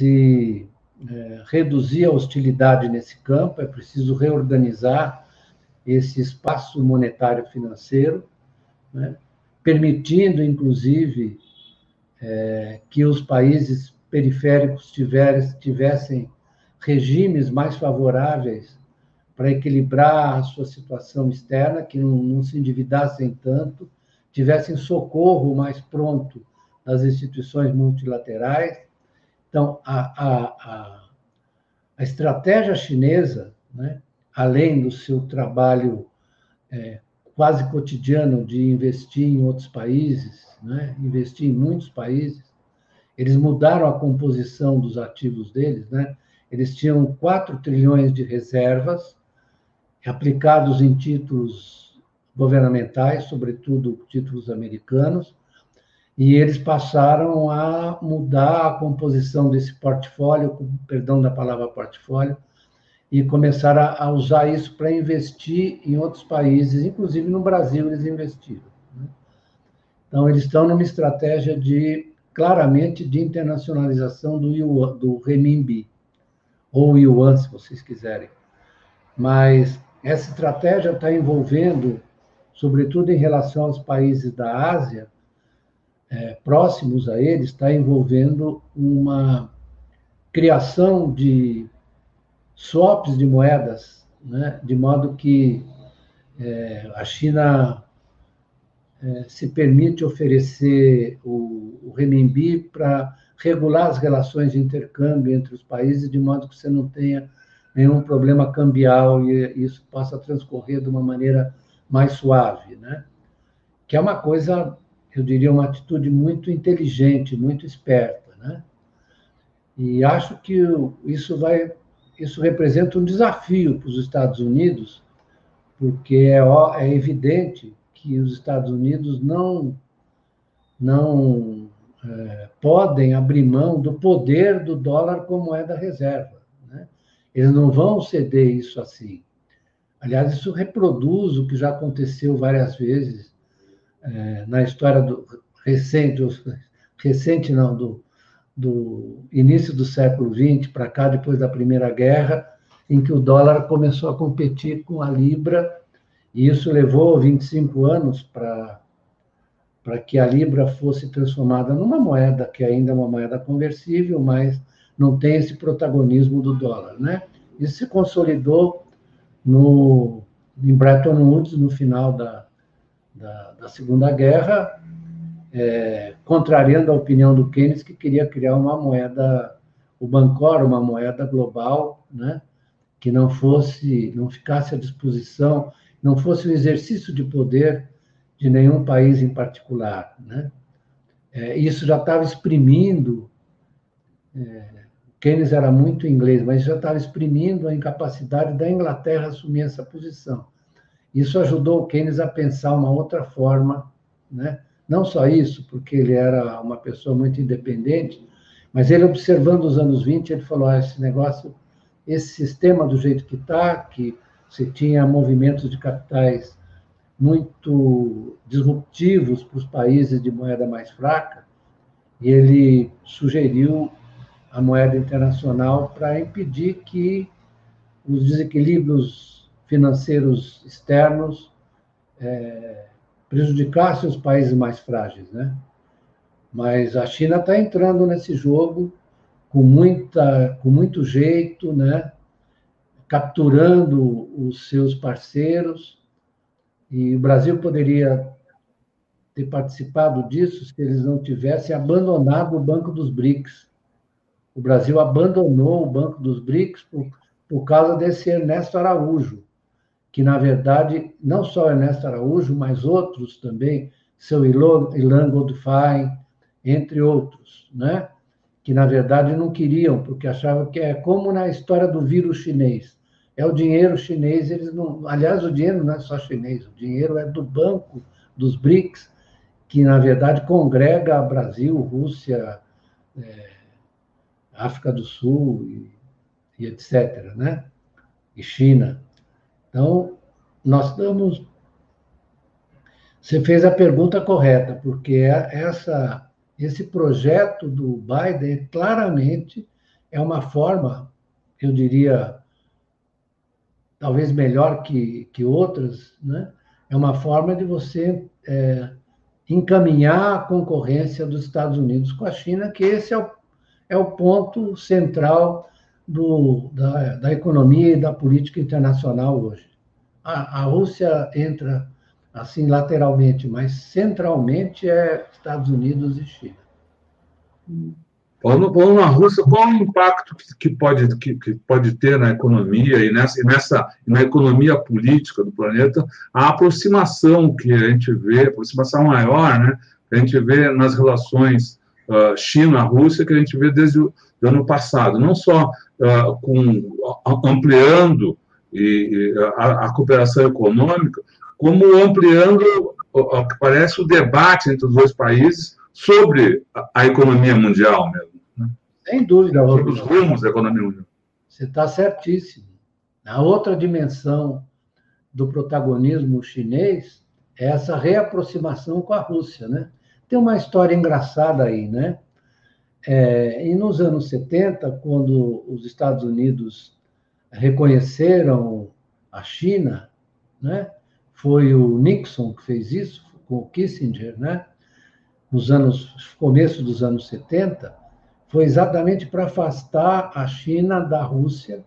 se é, reduzir a hostilidade nesse campo, é preciso reorganizar esse espaço monetário financeiro, né, permitindo, inclusive, é, que os países periféricos tivessem, tivessem regimes mais favoráveis para equilibrar a sua situação externa, que não, não se endividassem tanto, tivessem socorro mais pronto das instituições multilaterais. Então, a, a, a, a estratégia chinesa, né, além do seu trabalho é, quase cotidiano de investir em outros países, né, investir em muitos países, eles mudaram a composição dos ativos deles, né? Eles tinham quatro trilhões de reservas aplicados em títulos governamentais, sobretudo títulos americanos, e eles passaram a mudar a composição desse portfólio, com perdão da palavra portfólio, e começaram a usar isso para investir em outros países, inclusive no Brasil eles investiram. Né? Então, eles estão numa estratégia de, claramente, de internacionalização do, yuan, do renminbi, ou yuan, se vocês quiserem. Mas essa estratégia está envolvendo, sobretudo em relação aos países da Ásia, é, próximos a eles, está envolvendo uma criação de swaps de moedas, né? De modo que é, a China é, se permite oferecer o, o renminbi para regular as relações de intercâmbio entre os países, de modo que você não tenha nenhum problema cambial e isso possa transcorrer de uma maneira mais suave, né? Que é uma coisa, eu diria, uma atitude muito inteligente, muito esperta, né? E acho que isso vai, isso representa um desafio para os Estados Unidos, porque é, é evidente que os Estados Unidos não não é, podem abrir mão do poder do dólar como moeda reserva, né? Eles não vão ceder isso assim. Aliás, isso reproduz o que já aconteceu várias vezes é, na história do recente, recente não, do, do início do século vinte para cá, depois da Primeira Guerra, em que o dólar começou a competir com a libra, e isso levou vinte e cinco anos para para que a libra fosse transformada numa moeda que ainda é uma moeda conversível, mas não tem esse protagonismo do dólar, né? Isso se consolidou no, em Bretton Woods, no final da, da, da Segunda Guerra, é, contrariando a opinião do Keynes, que queria criar uma moeda, o Bancor, uma moeda global, né? Que não fosse, não ficasse à disposição, não fosse um exercício de poder de nenhum país em particular, né? É, isso já estava exprimindo, é, Keynes era muito inglês, mas já estava exprimindo a incapacidade da Inglaterra assumir essa posição. Isso ajudou o Keynes a pensar uma outra forma, né? Não só isso, porque ele era uma pessoa muito independente, mas ele, observando os anos vinte, ele falou, ah, esse negócio, esse sistema do jeito que está, que você tinha movimentos de capitais muito disruptivos para os países de moeda mais fraca, e ele sugeriu a moeda internacional para impedir que os desequilíbrios financeiros externos é, prejudicassem os países mais frágeis, né? Mas a China está entrando nesse jogo com, muita, com muito jeito, né? Capturando os seus parceiros, e o Brasil poderia ter participado disso se eles não tivessem abandonado o Banco dos BRICS. O Brasil abandonou o Banco dos BRICS por, por causa desse Ernesto Araújo, que, na verdade, não só Ernesto Araújo, mas outros também, seu Ilan Goldfein, entre outros, né? Que, na verdade, não queriam, porque achavam que é como na história do vírus chinês. É o dinheiro chinês, eles não... Aliás, o dinheiro não é só chinês, o dinheiro é do Banco dos BRICS, que, na verdade, congrega Brasil, Rússia, é, África do Sul e, e etcétera, né? E China. Então, nós estamos... Você fez a pergunta correta, porque essa, esse projeto do Biden, claramente, é uma forma, eu diria, talvez melhor que, que outras, né? É uma forma de você é, encaminhar a concorrência dos Estados Unidos com a China, que esse é o, é o ponto central do, da, da economia e da política internacional hoje. A, a Rússia entra assim lateralmente, mas centralmente é Estados Unidos e China. Falando, falando na Rússia, qual o impacto que pode, que, que pode ter na economia e nessa, e nessa na economia política do planeta a aproximação que a gente vê, a aproximação maior, né, que a gente vê nas relações uh, China-Rússia, que a gente vê desde o ano passado, não só uh, com, ampliando e, e a, a cooperação econômica, como ampliando, o que parece, o debate entre os dois países sobre a, a economia mundial mesmo. Né? Sem dúvida, sobre os rumos da economia mundial. Você está certíssimo. A outra dimensão do protagonismo chinês é essa reaproximação com a Rússia, né? Tem uma história engraçada aí, né? É, e nos anos setenta, quando os Estados Unidos reconheceram a China, né? Foi o Nixon que fez isso, com o Kissinger, né? Nos anos, começo dos anos setenta, foi exatamente para afastar a China da Rússia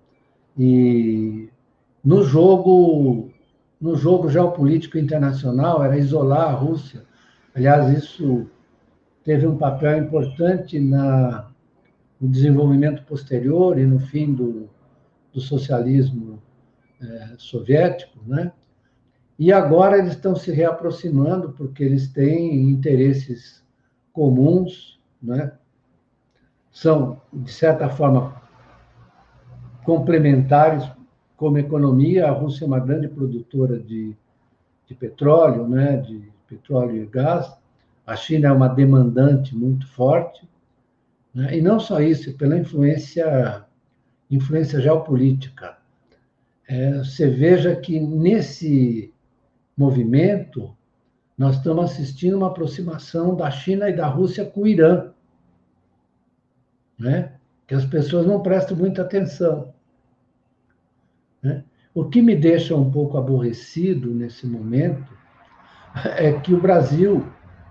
e no jogo, no jogo geopolítico internacional era isolar a Rússia. Aliás, isso teve um papel importante na, no desenvolvimento posterior e no fim do, do socialismo é, soviético, né? E agora eles estão se reaproximando porque eles têm interesses comuns, né? São, de certa forma, complementares como economia. A Rússia é uma grande produtora de, de petróleo, né? De petróleo e gás. A China é uma demandante muito forte, né? E não só isso, pela influência, influência geopolítica. É, você veja que nesse movimento, nós estamos assistindo uma aproximação da China e da Rússia com o Irã, né? Que as pessoas não prestam muita atenção, né? O que me deixa um pouco aborrecido nesse momento é que o Brasil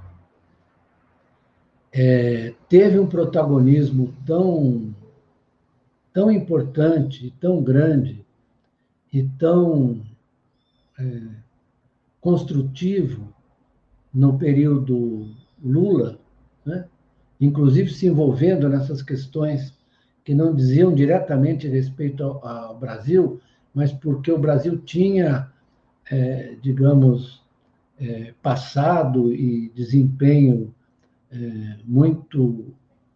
é, teve um protagonismo tão, tão importante, tão grande e tão é, construtivo no período Lula, né? Inclusive se envolvendo nessas questões que não diziam diretamente respeito ao, ao Brasil, mas porque o Brasil tinha, é, digamos, é, passado e desempenho é, muito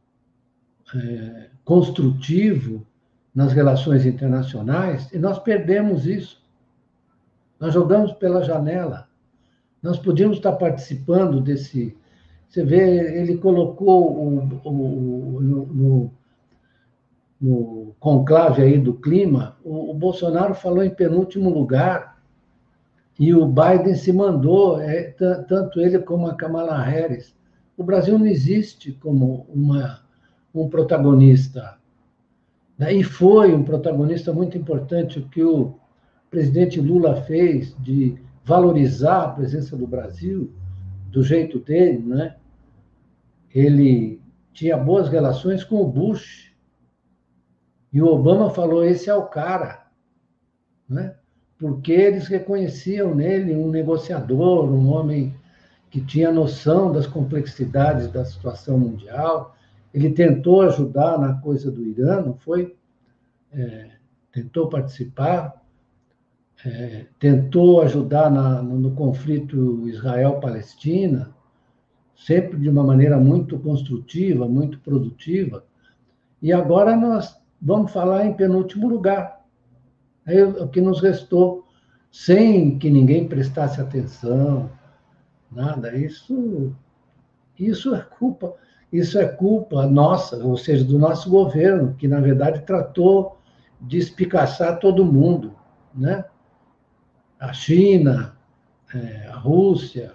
é, construtivo nas relações internacionais, e nós perdemos isso. Nós jogamos pela janela. Nós podíamos estar participando desse... Você vê, ele colocou o, o, o, no, no conclave aí do clima, o, o Bolsonaro falou em penúltimo lugar e o Biden se mandou, é, tanto ele como a Kamala Harris. O Brasil não existe como uma, um protagonista. E foi um protagonista muito importante, o que o o presidente Lula fez de valorizar a presença do Brasil do jeito dele, né? Ele tinha boas relações com o Bush e o Obama falou: esse é o cara, né? Porque eles reconheciam nele um negociador, um homem que tinha noção das complexidades da situação mundial. Ele tentou ajudar na coisa do Irã, não foi? É, tentou participar. É, tentou ajudar na, no, no conflito Israel-Palestina, sempre de uma maneira muito construtiva, muito produtiva, e agora nós vamos falar em penúltimo lugar. É o que nos restou, sem que ninguém prestasse atenção, nada. Isso, isso é culpa, isso é culpa nossa, ou seja, do nosso governo, que, na verdade, tratou de espicaçar todo mundo, né? A China, a Rússia,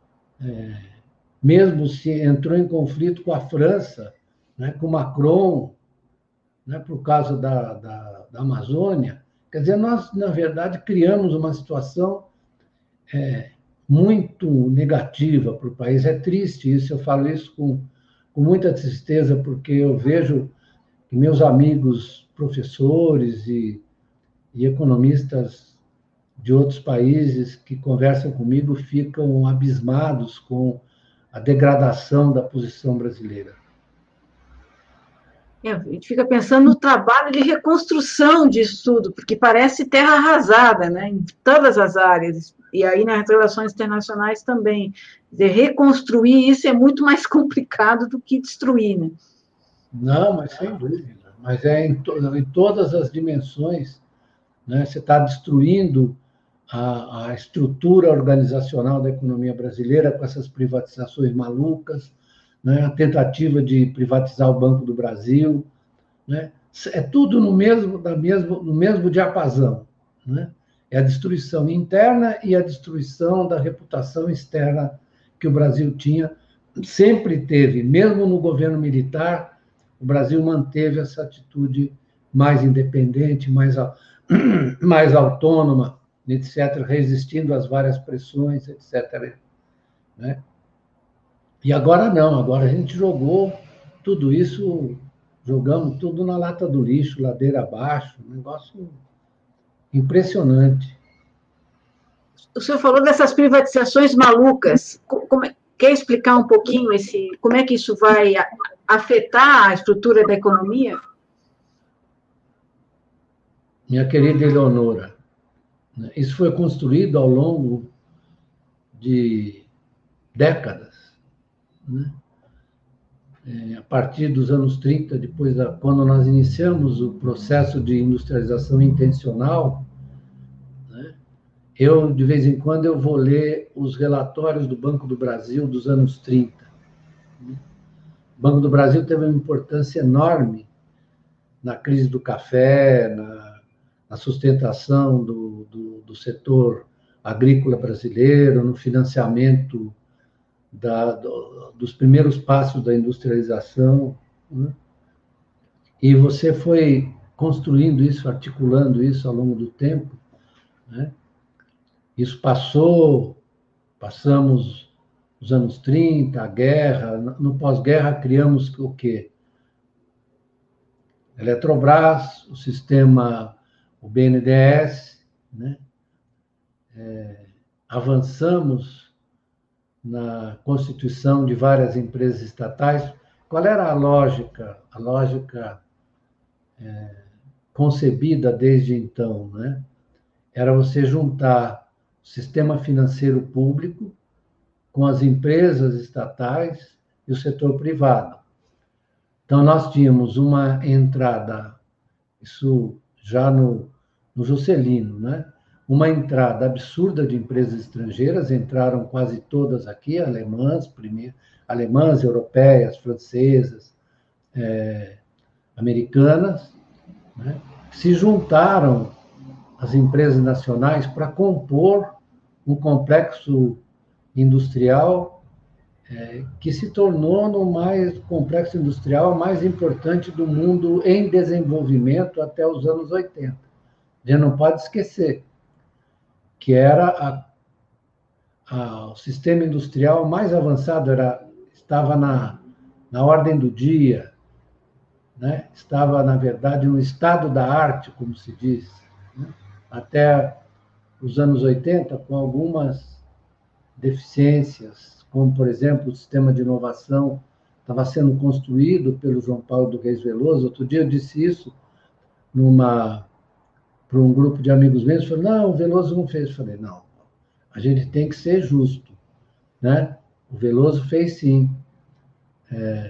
mesmo se entrou em conflito com a França, né, com Macron, né, por causa da, da, da Amazônia, Quer dizer, nós, na verdade, criamos uma situação é, muito negativa para o país. É triste isso, eu falo isso com, com muita tristeza, porque eu vejo que meus amigos professores e, e economistas de outros países que conversam comigo ficam abismados com a degradação da posição brasileira. É, a gente fica pensando no trabalho de reconstrução disso tudo, porque parece terra arrasada, né, em todas as áreas, e aí nas relações internacionais também. De reconstruir isso é muito mais complicado do que destruir, né? Não, mas sem dúvida. Mas é em, to, em todas as dimensões, né? Você está destruindo a, a estrutura organizacional da economia brasileira com essas privatizações malucas, né? A tentativa de privatizar o Banco do Brasil, né? É tudo no mesmo, da mesmo, no mesmo diapasão, né? É a destruição interna e a destruição da reputação externa que o Brasil tinha, sempre teve, mesmo no governo militar, o Brasil manteve essa atitude mais independente, mais, mais autônoma, etcétera, resistindo às várias pressões, etcétera, né? E agora não, agora a gente jogou tudo isso, jogamos tudo na lata do lixo, ladeira abaixo, um negócio impressionante. O senhor falou dessas privatizações malucas. Como é, quer explicar um pouquinho esse, como é que isso vai afetar a estrutura da economia? Minha querida Eleonora, isso foi construído ao longo de décadas, né? É, a partir dos anos trinta, depois da, quando nós iniciamos o processo de industrialização intencional, né? Eu, de vez em quando, eu vou ler os relatórios do Banco do Brasil dos anos trinta. O Banco do Brasil teve uma importância enorme na crise do café, na, na sustentação do, do, do setor agrícola brasileiro, no financiamento da, do, dos primeiros passos da industrialização, né? E você foi construindo isso, articulando isso ao longo do tempo, né? Isso passou, passamos os anos trinta, a guerra, no pós-guerra criamos o quê? Eletrobras, o sistema, o B N D E S, né? É, avançamos na constituição de várias empresas estatais. Qual era a lógica? A lógica é, concebida desde então, né? Era você juntar o sistema financeiro público com as empresas estatais e o setor privado. Então, nós tínhamos uma entrada, isso já no, no Juscelino, né? Uma entrada absurda de empresas estrangeiras, entraram quase todas aqui, alemãs, primeiro, alemãs, europeias, francesas, é, americanas, né? Se juntaram as empresas nacionais para compor um complexo industrial é, que se tornou no mais complexo industrial mais importante do mundo em desenvolvimento até os anos oitenta. A gente não pode esquecer que era a, a, o sistema industrial mais avançado, era, estava na, na ordem do dia, né? Estava, na verdade, no estado da arte, como se diz, né? Até os anos oitenta, com algumas deficiências, como, por exemplo, o sistema de inovação estava sendo construído pelo João Paulo do Reis Veloso. Outro dia eu disse isso numa... para um grupo de amigos meus, falou, não, o Veloso não fez. Eu falei, não, a gente tem que ser justo, né? O Veloso fez sim. É,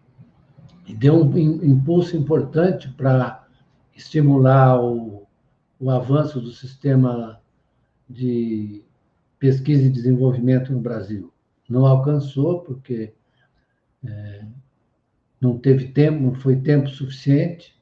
e deu um impulso importante para estimular o, o avanço do sistema de pesquisa e desenvolvimento no Brasil. Não alcançou, porque é, não teve tempo, não foi tempo suficiente,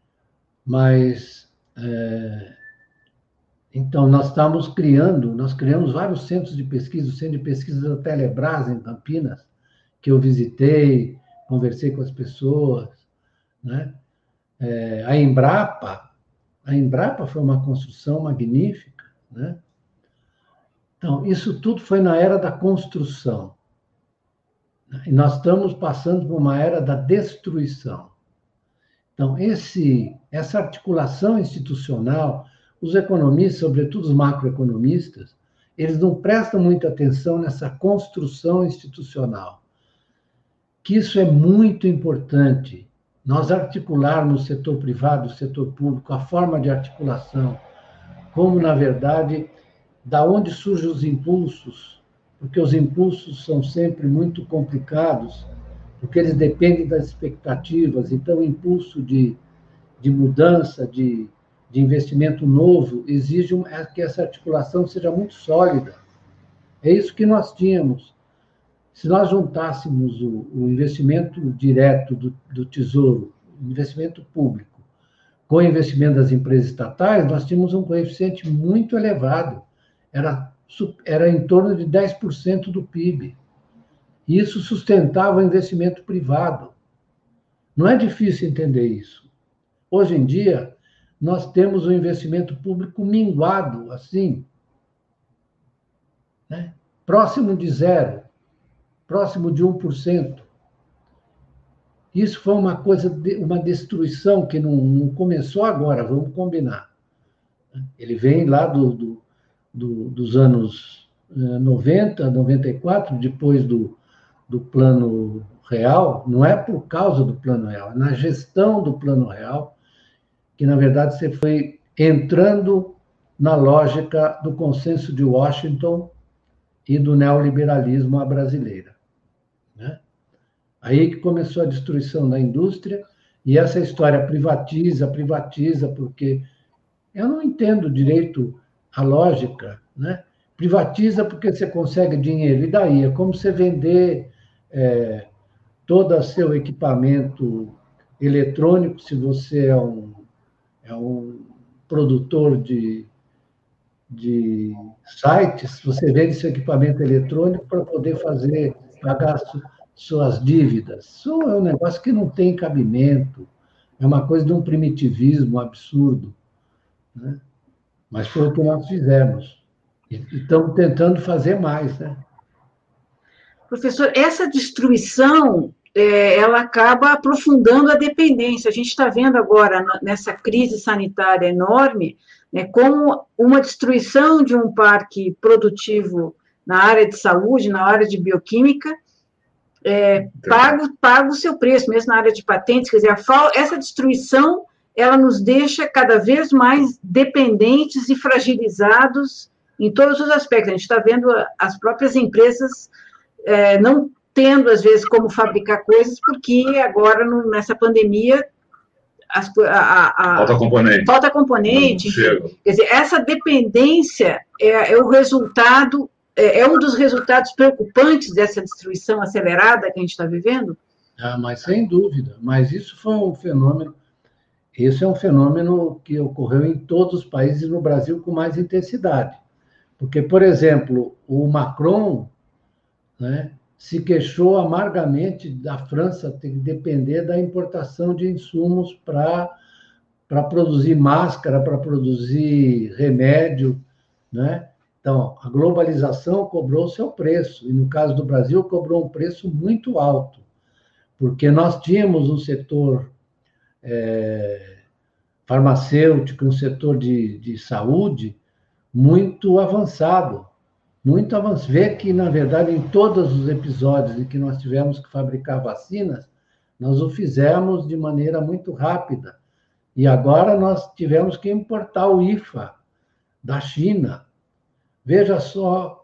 mas... É, então, nós estamos criando, nós criamos vários centros de pesquisa, o centro de pesquisa da Telebrás, em Campinas, que eu visitei, conversei com as pessoas, né? É, a Embrapa, A Embrapa foi uma construção magnífica, né? Então, isso tudo foi na era da construção. E nós estamos passando por uma era da destruição. Então, esse, essa articulação institucional, os economistas, sobretudo os macroeconomistas, eles não prestam muita atenção nessa construção institucional. Que isso é muito importante. Nós articularmos o setor privado, o setor público, a forma de articulação, como, na verdade, da onde surgem os impulsos, porque os impulsos são sempre muito complicados, porque eles dependem das expectativas. Então, o impulso de, de mudança, de, de investimento novo, exige que essa articulação seja muito sólida. É isso que nós tínhamos. Se nós juntássemos o, o investimento direto do, do Tesouro, investimento público, com o investimento das empresas estatais, nós tínhamos um coeficiente muito elevado. Era, era em torno de dez por cento do P I B. E isso sustentava o investimento privado. Não é difícil entender isso. Hoje em dia, nós temos o investimento público minguado, assim, né? Próximo de zero, próximo de um por cento. Isso foi uma coisa, de, uma destruição que não, não começou agora, vamos combinar. Ele vem lá do, do, do, dos anos noventa, noventa e quatro, depois do, do Plano Real. Não é por causa do Plano Real, é na gestão do Plano Real que, na verdade, você foi entrando na lógica do consenso de Washington e do neoliberalismo à brasileira, né? Aí que começou a destruição da indústria, e essa história privatiza, privatiza, porque eu não entendo direito a lógica, né? Privatiza porque você consegue dinheiro, e daí? É como você vender é, todo o seu equipamento eletrônico, se você é um, é um produtor de, de sites, você vende seu equipamento eletrônico para poder fazer, pagar suas dívidas. Isso é um negócio que não tem cabimento, é uma coisa de um primitivismo absurdo, né? Mas foi o que nós fizemos. E estamos tentando fazer mais, né? Professor, essa destruição, é, ela acaba aprofundando a dependência. A gente está vendo agora, nessa crise sanitária enorme, né, como uma destruição de um parque produtivo na área de saúde, na área de bioquímica, É, paga, paga o seu preço, mesmo na área de patentes. Quer dizer, a, essa destruição, ela nos deixa cada vez mais dependentes e fragilizados em todos os aspectos. A gente está vendo as próprias empresas é, não tendo, às vezes, como fabricar coisas, porque agora, no, nessa pandemia, as, a, a, falta componente. Falta componente. Quer dizer, essa dependência é, é o resultado... É um dos resultados preocupantes dessa destruição acelerada que a gente está vivendo? Ah, mas sem dúvida. Mas isso foi um fenômeno, esse é um fenômeno que ocorreu em todos os países, no Brasil com mais intensidade. Porque, por exemplo, o Macron, né, se queixou amargamente da França ter que depender da importação de insumos para para produzir máscara, para produzir remédio, né? Então, a globalização cobrou seu preço, e no caso do Brasil, cobrou um preço muito alto, porque nós tínhamos um setor é, farmacêutico, um setor de, de saúde muito avançado, muito avançado. Vê que, na verdade, em todos os episódios em que nós tivemos que fabricar vacinas, nós o fizemos de maneira muito rápida, e agora nós tivemos que importar o I F A da China. Veja só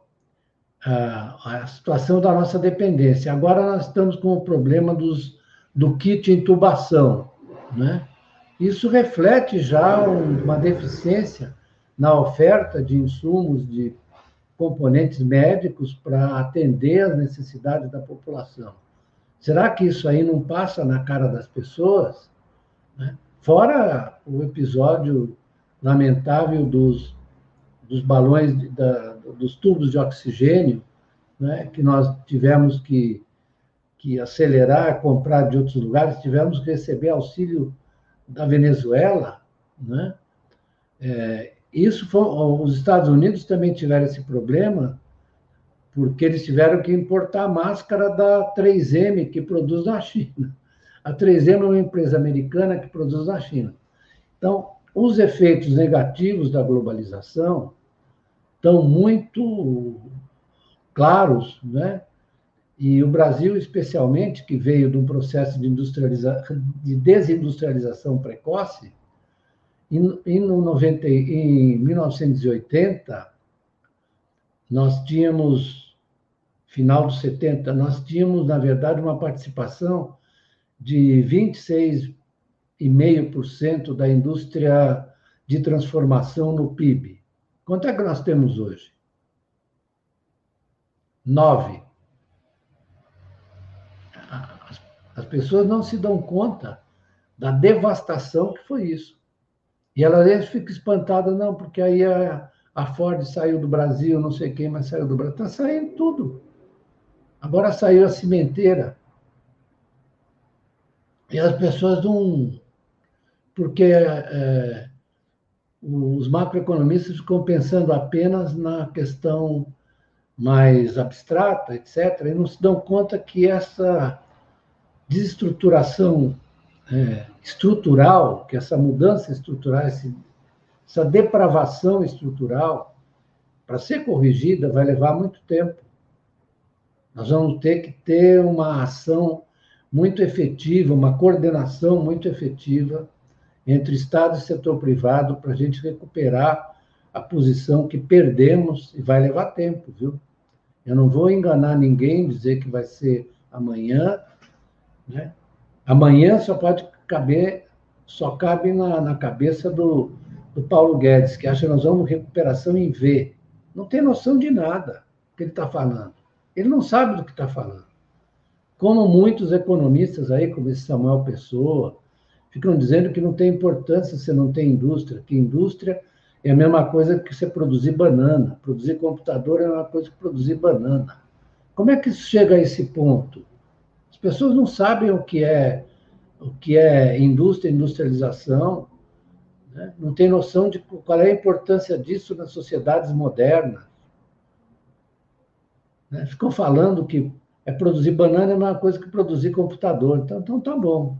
a, a situação da nossa dependência. Agora nós estamos com o problema dos, do kit intubação, né? Isso reflete já uma deficiência na oferta de insumos, de componentes médicos para atender às necessidades da população. Será que isso aí não passa na cara das pessoas, né? Fora o episódio lamentável dos dos balões, de, da, dos tubos de oxigênio, né, que nós tivemos que, que acelerar, comprar de outros lugares, tivemos que receber auxílio da Venezuela, né? É, isso foi, os Estados Unidos também tiveram esse problema, porque eles tiveram que importar a máscara da três M, que produz na China. A três M é uma empresa americana que produz na China. Então, os efeitos negativos da globalização estão muito claros, né? E o Brasil, especialmente, que veio de um processo de, industrializa... de desindustrialização precoce, em, em, noventa, em mil novecentos e oitenta, nós tínhamos, final dos setenta, nós tínhamos, na verdade, uma participação de vinte e seis vírgula cinco por cento da indústria de transformação no P I B. Quanto é que nós temos hoje? Nove. As, as pessoas não se dão conta da devastação que foi isso. E elas ficam espantadas, não, porque aí a, a Ford saiu do Brasil, não sei quem, mas saiu do Brasil. Está saindo tudo. Agora saiu a cimenteira. E as pessoas não... Porque é, os macroeconomistas ficam pensando apenas na questão mais abstrata, etcétera, e não se dão conta que essa desestruturação é, estrutural, que essa mudança estrutural, esse, essa depravação estrutural, para ser corrigida, vai levar muito tempo. Nós vamos ter que ter uma ação muito efetiva, uma coordenação muito efetiva entre Estado e setor privado para a gente recuperar a posição que perdemos e vai levar tempo, viu? Eu não vou enganar ninguém, dizer que vai ser amanhã, né? Amanhã só pode caber, só cabe na, na cabeça do, do Paulo Guedes, que acha que nós vamos recuperação em V. Não tem noção de nada que ele está falando. Ele não sabe do que está falando. Como muitos economistas aí, como esse Samuel Pessoa, ficam dizendo que não tem importância se não tem indústria, que indústria é a mesma coisa que você produzir banana. Produzir computador é a mesma coisa que produzir banana. Como é que isso chega a esse ponto? As pessoas não sabem o que é, o que é indústria, industrialização, né? Não tem noção de qual é a importância disso nas sociedades modernas. Né? Ficam falando que é produzir banana é a mesma coisa que produzir computador. Então, então tá bom.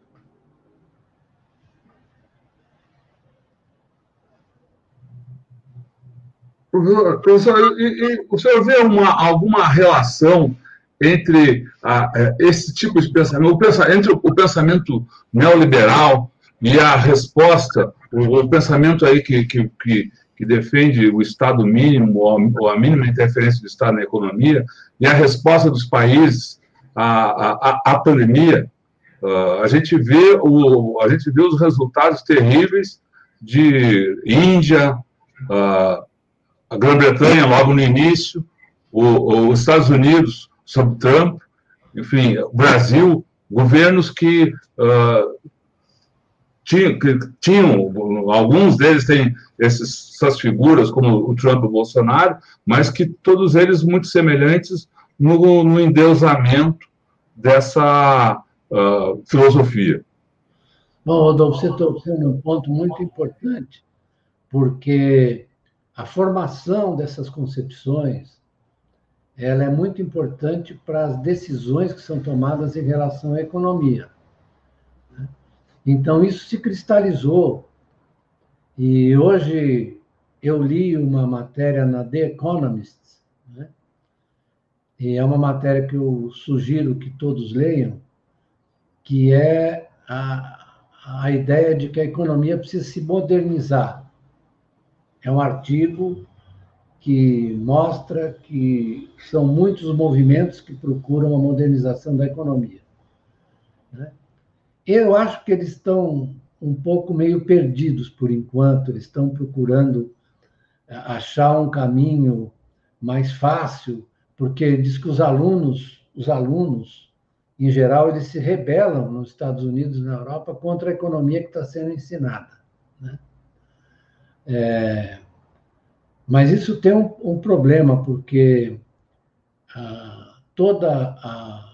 Professor, e, e o senhor vê uma, alguma relação entre a, esse tipo de pensamento, o pensamento, entre o pensamento neoliberal e a resposta, o, o pensamento aí que, que, que, que defende o Estado mínimo ou a mínima interferência do Estado na economia, e a resposta dos países à, à, à pandemia? Uh, a gente vê o, a gente vê os resultados terríveis de Índia, uh, a Grã-Bretanha logo no início, o, os Estados Unidos sob Trump, enfim, o Brasil, governos que, uh, tinham, que tinham, alguns deles têm esses, essas figuras, como o Trump e o Bolsonaro, mas que todos eles muito semelhantes no, no endeusamento dessa uh, filosofia. Bom, Rodolfo, você tocou num ponto muito importante, porque a formação dessas concepções ela é muito importante para as decisões que são tomadas em relação à economia. Então, isso se cristalizou. E hoje eu li uma matéria na The Economist, né? E é uma matéria que eu sugiro que todos leiam, que é a, a ideia de que a economia precisa se modernizar. É um artigo que mostra que são muitos os movimentos que procuram a modernização da economia. Né? Eu acho que eles estão um pouco meio perdidos por enquanto, eles estão procurando achar um caminho mais fácil, porque diz que os alunos, os alunos, em geral, eles se rebelam nos Estados Unidos e na Europa contra a economia que está sendo ensinada. Né? É... Mas isso tem um, um problema, porque ah, toda a,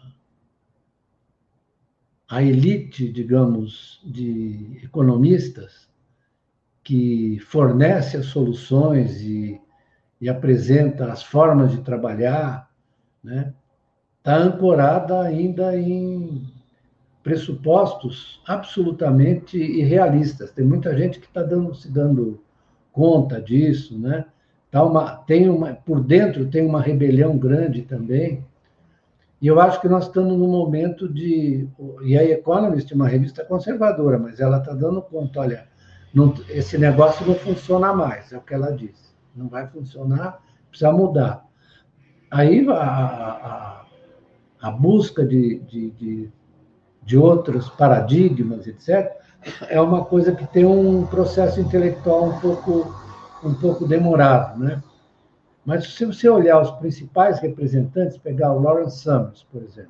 a elite, digamos, de economistas que fornece as soluções e, e apresenta as formas de trabalhar, né, está ancorada ainda em pressupostos absolutamente irrealistas. Tem muita gente que está dando, se dando conta disso, né? Tá uma, tem uma, por dentro tem uma rebelião grande também, e eu acho que nós estamos num momento de... E a Economist é uma revista conservadora, mas ela está dando conta, olha, não, esse negócio não funciona mais, é o que ela diz. Não vai funcionar, precisa mudar. Aí a, a, a busca de, de, de, de outros paradigmas, etcétera, é uma coisa que tem um processo intelectual um pouco, um pouco demorado, né? Mas se você olhar os principais representantes, pegar o Lawrence Summers, por exemplo,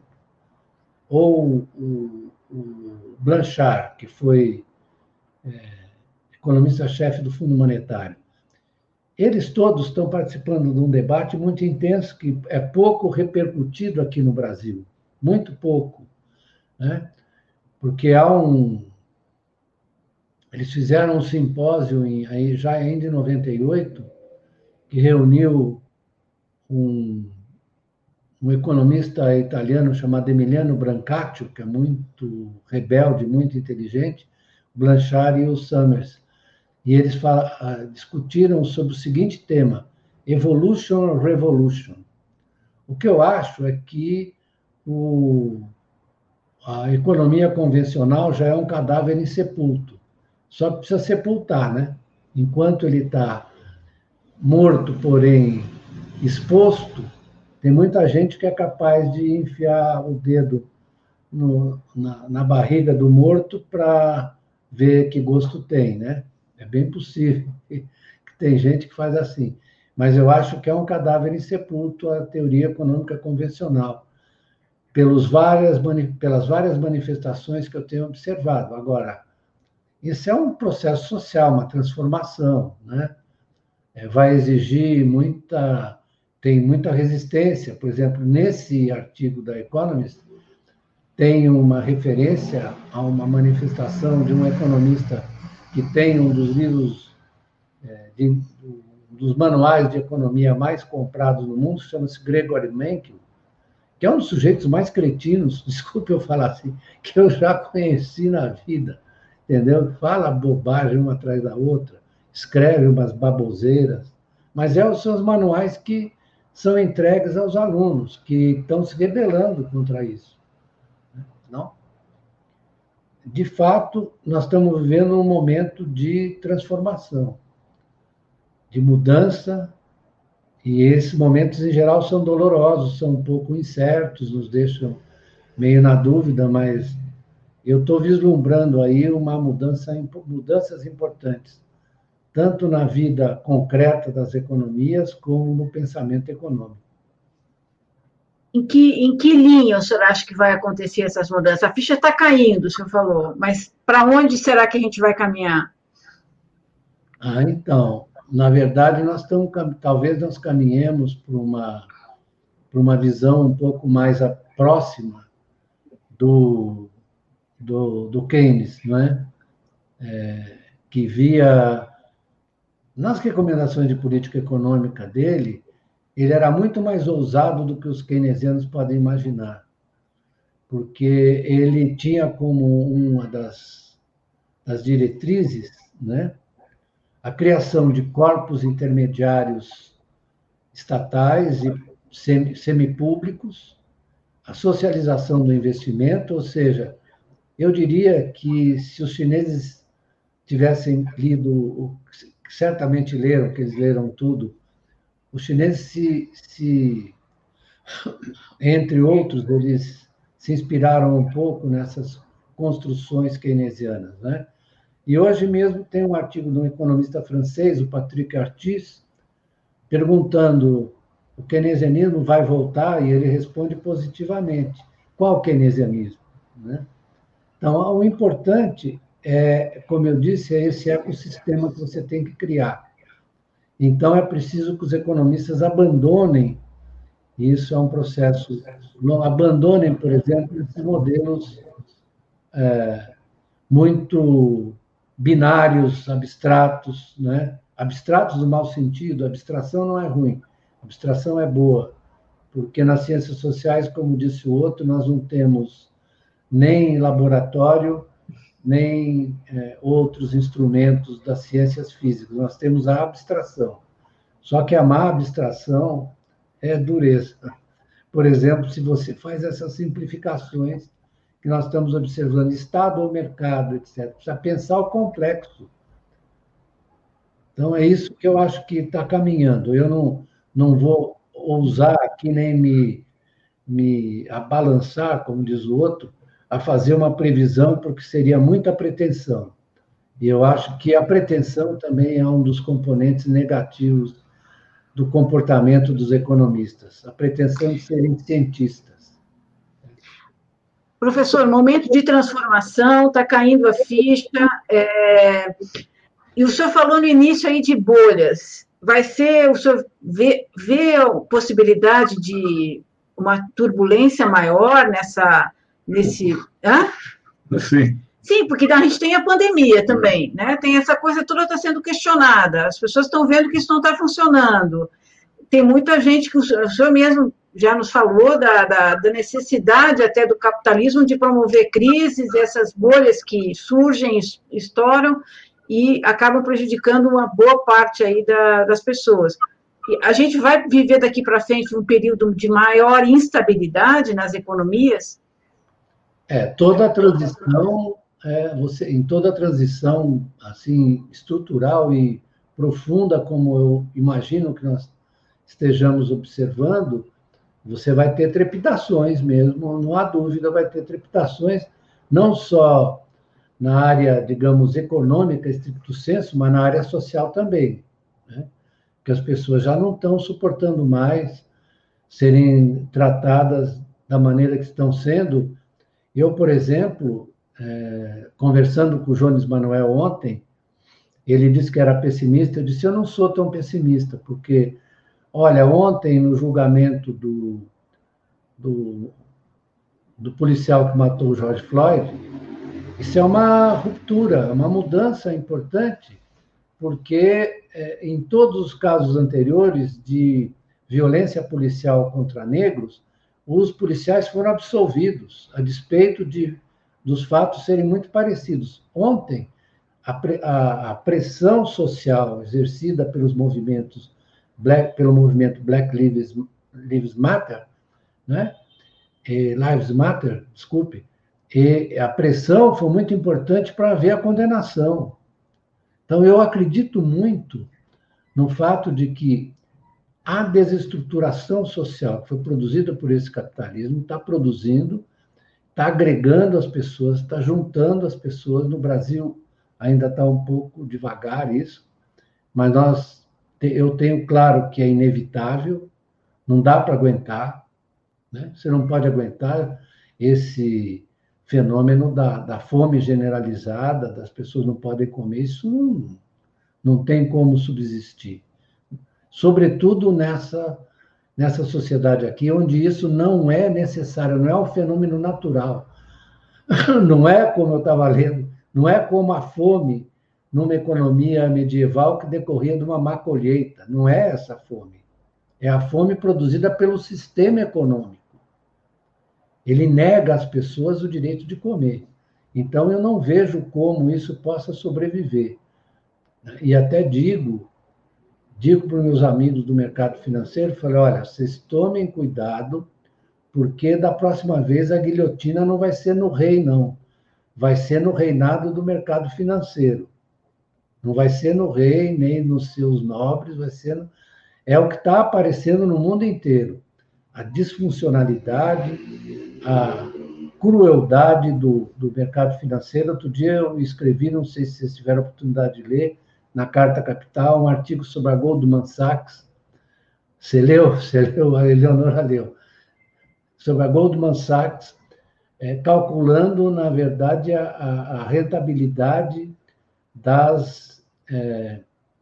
ou o, o Blanchard, que foi é, economista-chefe do Fundo Monetário, eles todos estão participando de um debate muito intenso que é pouco repercutido aqui no Brasil, muito pouco, né? Porque há um... Eles fizeram um simpósio em, aí, já ainda em noventa e oito, que reuniu um, um economista italiano chamado Emiliano Brancaccio, que é muito rebelde, muito inteligente, o Blanchard e o Summers. E eles fala, discutiram sobre o seguinte tema: Evolution or Revolution. O que eu acho é que o, a economia convencional já é um cadáver insepulto. Só precisa sepultar, né? Enquanto ele está morto, porém exposto, tem muita gente que é capaz de enfiar o dedo no, na, na barriga do morto para ver que gosto tem, né? É bem possível que tem gente que faz assim. Mas eu acho que é um cadáver insepulto a teoria econômica convencional, pelos várias, pelas várias manifestações que eu tenho observado. Agora, isso é um processo social, uma transformação, né? É, vai exigir muita... Tem muita resistência. Por exemplo, nesse artigo da Economist, tem uma referência a uma manifestação de um economista que tem um dos livros, é, de, um dos manuais de economia mais comprados no mundo, chama-se Gregory Mencken, que é um dos sujeitos mais cretinos, desculpe eu falar assim, que eu já conheci na vida, entendeu? Fala bobagem uma atrás da outra, escreve umas baboseiras, mas é, são os manuais que são entregues aos alunos, que estão se rebelando contra isso. Não? De fato, nós estamos vivendo um momento de transformação, de mudança, e esses momentos, em geral, são dolorosos, são um pouco incertos, nos deixam meio na dúvida, mas eu estou vislumbrando aí uma mudança, mudanças importantes, tanto na vida concreta das economias, como no pensamento econômico. Em que, em que linha o senhor acha que vai acontecer essas mudanças? A ficha está caindo, o senhor falou, mas para onde será que a gente vai caminhar? Ah, então, na verdade, nós estamos, talvez nós caminhemos para uma, para uma visão um pouco mais próxima do, do, do Keynes, não é? É, que via, nas recomendações de política econômica dele, ele era muito mais ousado do que os keynesianos podem imaginar, porque ele tinha como uma das, das diretrizes, né, a criação de corpos intermediários estatais e semipúblicos, a socialização do investimento, ou seja, eu diria que se os chineses tivessem lido, certamente leram, que eles leram tudo, os chineses, se, se, entre outros, eles se inspiraram um pouco nessas construções keynesianas, né? E hoje mesmo tem um artigo de um economista francês, o Patrick Artis, perguntando: o keynesianismo vai voltar? E ele responde positivamente. Qual keynesianismo? Né? Então, o importante é, como eu disse, é esse ecossistema que você tem que criar. Então, é preciso que os economistas abandonem, e isso é um processo, não abandonem, por exemplo, esses modelos é, muito binários, abstratos, né? Abstratos no mau sentido, abstração não é ruim, abstração é boa, porque nas ciências sociais, como disse o outro, nós não temos nem laboratório, nem é, outros instrumentos das ciências físicas, nós temos a abstração. Só que a má abstração é dureza. Por exemplo, se você faz essas simplificações que nós estamos observando, Estado ou mercado, etcétera, precisa pensar o complexo. Então, é isso que eu acho que está caminhando. Eu não, não vou ousar aqui nem me, me abalançar, como diz o outro, a fazer uma previsão, porque seria muita pretensão. E eu acho que a pretensão também é um dos componentes negativos do comportamento dos economistas, a pretensão de serem cientistas. Professor, momento de transformação, está caindo a ficha, é... e o senhor falou no início aí de bolhas. Vai ser, o senhor vê, vê a possibilidade de uma turbulência maior nessa, nesse... Hã? Sim. Sim, porque a gente tem a pandemia também, né? Tem essa coisa toda está sendo questionada, as pessoas estão vendo que isso não está funcionando. Tem muita gente que o senhor mesmo já nos falou da, da, da necessidade até do capitalismo de promover crises, essas bolhas que surgem, estouram e acabam prejudicando uma boa parte aí da, das pessoas. E a gente vai viver daqui para frente um período de maior instabilidade nas economias? É, toda a transição, é, você, em toda a transição assim, estrutural e profunda, como eu imagino que nós estejamos observando, você vai ter trepidações mesmo, não há dúvida, vai ter trepidações, não só na área, digamos, econômica, estricto sensu, mas na área social também, né? Porque as pessoas já não estão suportando mais serem tratadas da maneira que estão sendo. Eu, por exemplo, é, conversando com o Jones Manuel ontem, ele disse que era pessimista, eu disse, eu não sou tão pessimista, porque olha, ontem, no julgamento do, do, do policial que matou o George Floyd, isso é uma ruptura, uma mudança importante, porque é, em todos os casos anteriores de violência policial contra negros, os policiais foram absolvidos, a despeito de, dos fatos serem muito parecidos. Ontem, a, a, a pressão social exercida pelos movimentos Black, pelo movimento Black Lives, Lives Matter, né? E Lives Matter, desculpe, e a pressão foi muito importante para haver a condenação. Então, eu acredito muito no fato de que a desestruturação social que foi produzida por esse capitalismo está produzindo, está agregando as pessoas, está juntando as pessoas. No Brasil ainda está um pouco devagar isso, mas nós eu tenho claro que é inevitável, não dá para aguentar, né? Você não pode aguentar esse fenômeno da, da fome generalizada, das pessoas não podem comer, isso não, não tem como subsistir. Sobretudo nessa, nessa sociedade aqui, onde isso não é necessário, não é um fenômeno natural. Não é como eu estava lendo, não é como a fome numa economia medieval que decorria de uma má colheita. Não é essa fome. É a fome produzida pelo sistema econômico. Ele nega às pessoas o direito de comer. Então, eu não vejo como isso possa sobreviver. E até digo, digo para os meus amigos do mercado financeiro, falei, olha, vocês tomem cuidado, porque da próxima vez a guilhotina não vai ser no rei, não. Vai ser no reinado do mercado financeiro. Não vai ser no rei, nem nos seus nobres, vai ser... No... É o que está aparecendo no mundo inteiro. A disfuncionalidade, a crueldade do, do mercado financeiro. Outro dia eu escrevi, não sei se vocês tiveram a oportunidade de ler, na Carta Capital, um artigo sobre a Goldman Sachs. Você leu? Você leu? A Eleonora leu. Sobre a Goldman Sachs, é, calculando, na verdade, a, a rentabilidade das, é,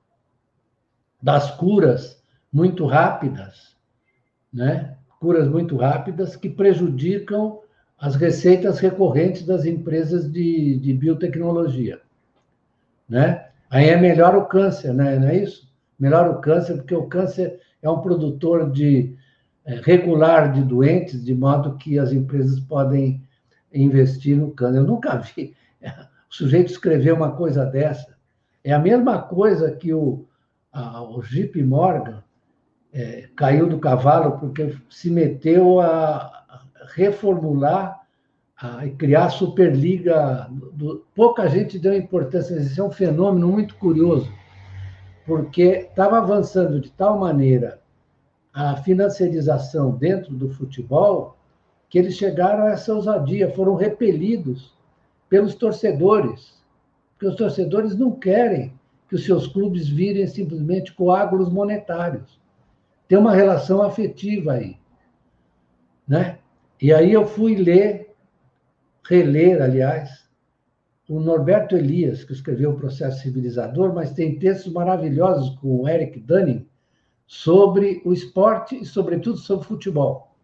das curas muito rápidas, né? Curas muito rápidas que prejudicam as receitas recorrentes das empresas de, de biotecnologia. né? Aí é melhor o câncer, né? Não é isso? Melhor o câncer, porque o câncer é um produtor de, é, regular de doentes, de modo que as empresas podem investir no câncer. Eu nunca vi o sujeito escrever uma coisa dessa. É a mesma coisa que o, a, o J P Morgan é, caiu do cavalo porque se meteu a reformular e criar a Superliga. Do, pouca gente deu importância. Isso é um fenômeno muito curioso, porque estava avançando de tal maneira a financiarização dentro do futebol que eles chegaram a essa ousadia, foram repelidos pelos torcedores, porque os torcedores não querem que os seus clubes virem simplesmente coágulos monetários. Tem uma relação afetiva aí, né? E aí eu fui ler, reler, aliás, o Norberto Elias, que escreveu O Processo Civilizador, mas tem textos maravilhosos com o Eric Dunning sobre o esporte e, sobretudo, sobre futebol.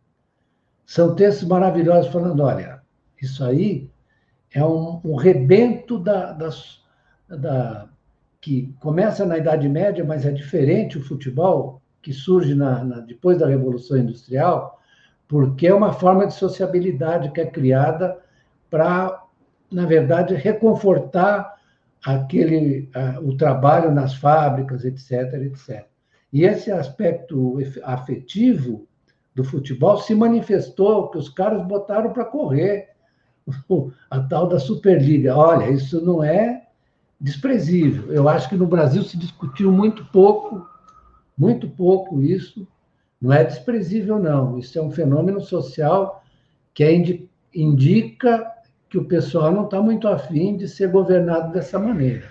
São textos maravilhosos falando, olha, isso aí é um, um rebento da, da, da, que começa na Idade Média, mas é diferente o futebol, que surge na, na, depois da Revolução Industrial, porque é uma forma de sociabilidade que é criada para, na verdade, reconfortar aquele, o trabalho nas fábricas, etc, etcétera. E esse aspecto afetivo do futebol se manifestou, que os caras botaram para correr a tal da Superliga. Olha, isso não é desprezível. Eu acho que no Brasil se discutiu muito pouco, muito pouco isso. Não é desprezível, não. Isso é um fenômeno social que é indi- indica que o pessoal não está muito afim de ser governado dessa maneira.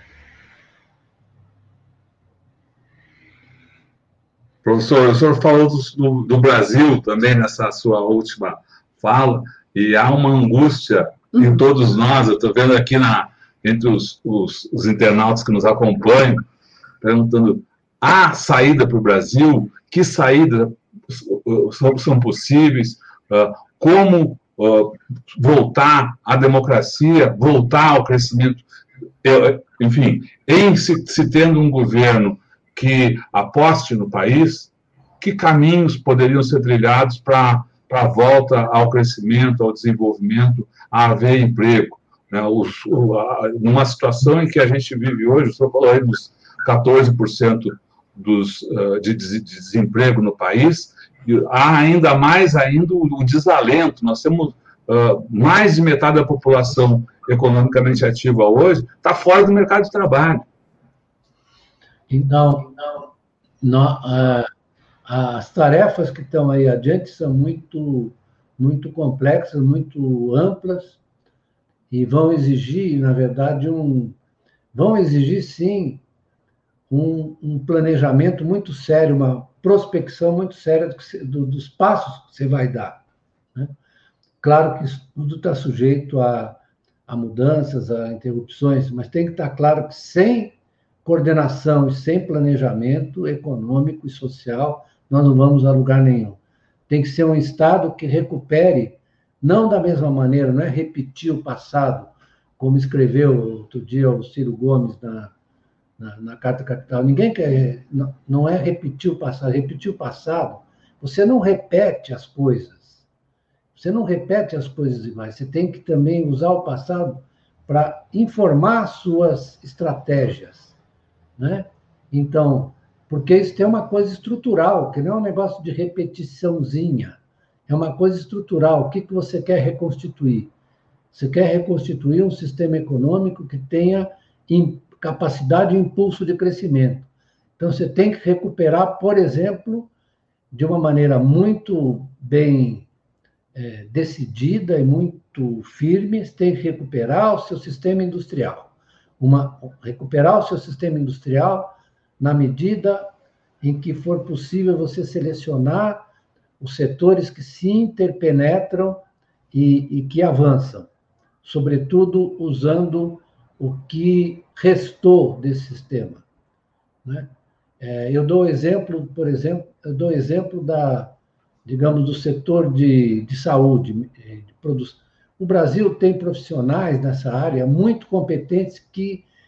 Professor, o senhor falou do, do Brasil também nessa sua última fala, e há uma angústia uhum. em todos nós. Eu estou vendo aqui na, entre os, os, os internautas que nos acompanham, perguntando: há saída para o Brasil? Que saída são, são possíveis? Uh, como uh, voltar à democracia, voltar ao crescimento? Eu, enfim, em se, se tendo um governo que aposte no país, que caminhos poderiam ser trilhados para a volta ao crescimento, ao desenvolvimento, a haver emprego? Né? Os, o, a, numa situação em que a gente vive hoje, o senhor falou aí dos quatorze por cento dos, uh, de, de desemprego no país, e há ainda mais ainda o, o desalento. Nós temos uh, mais de metade da população economicamente ativa hoje está fora do mercado de trabalho. Então, no, uh, as tarefas que estão aí adiante são muito, muito complexas, muito amplas, e vão exigir, na verdade, um, vão exigir, sim, um, um planejamento muito sério, uma prospecção muito séria do que, do, dos passos que você vai dar, né? Claro que isso tudo está sujeito a, a mudanças, a interrupções, mas tem que estar claro que sem coordenação e sem planejamento econômico e social, nós não vamos a lugar nenhum. Tem que ser um Estado que recupere, não da mesma maneira, não é repetir o passado, como escreveu outro dia o Ciro Gomes na, na, na Carta Capital. Ninguém quer, não, não é repetir o passado. Repetir o passado, você não repete as coisas. Você não repete as coisas iguais. Você tem que também usar o passado para informar suas estratégias, né? Então, porque isso tem uma coisa estrutural, que não é um negócio de repetiçãozinha, é uma coisa estrutural. O que, que você quer reconstituir? Você quer reconstituir um sistema econômico que tenha capacidade e impulso de crescimento. Então, você tem que recuperar, por exemplo, de uma maneira muito bem é, decidida e muito firme, você tem que recuperar o seu sistema industrial. Uma, recuperar o seu sistema industrial na medida em que for possível você selecionar os setores que se interpenetram e, e que avançam, sobretudo usando o que restou desse sistema, né? É, eu dou exemplo, por exemplo, eu dou exemplo da, digamos, do setor de, de saúde, de produção. O Brasil tem profissionais nessa área muito competentes que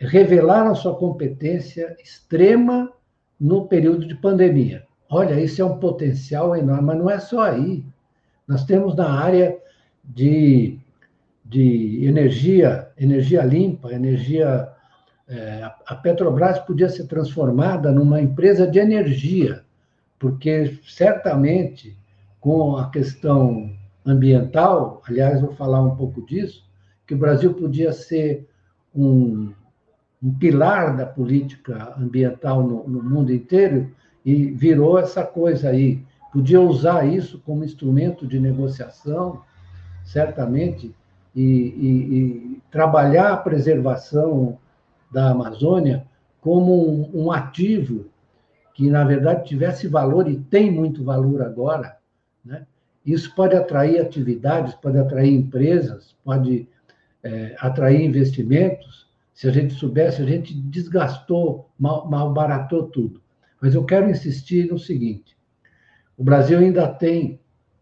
revelaram sua competência extrema no período de pandemia. Olha, isso é um potencial enorme, mas não é só aí. Nós temos na área de, de energia, energia limpa, energia... É, a Petrobras podia ser transformada numa empresa de energia, porque certamente, com a questão ambiental, aliás, vou falar um pouco disso, que o Brasil podia ser um, um pilar da política ambiental no, no mundo inteiro, e virou essa coisa aí. Podia usar isso como instrumento de negociação, certamente, e, e, e trabalhar a preservação da Amazônia como um, um ativo que, na verdade, tivesse valor, e tem muito valor agora, né? Isso pode atrair atividades, pode atrair empresas, pode é, atrair investimentos. Se a gente soubesse, a gente desgastou, mal, malbaratou tudo. Mas eu quero insistir no seguinte: o Brasil ainda tem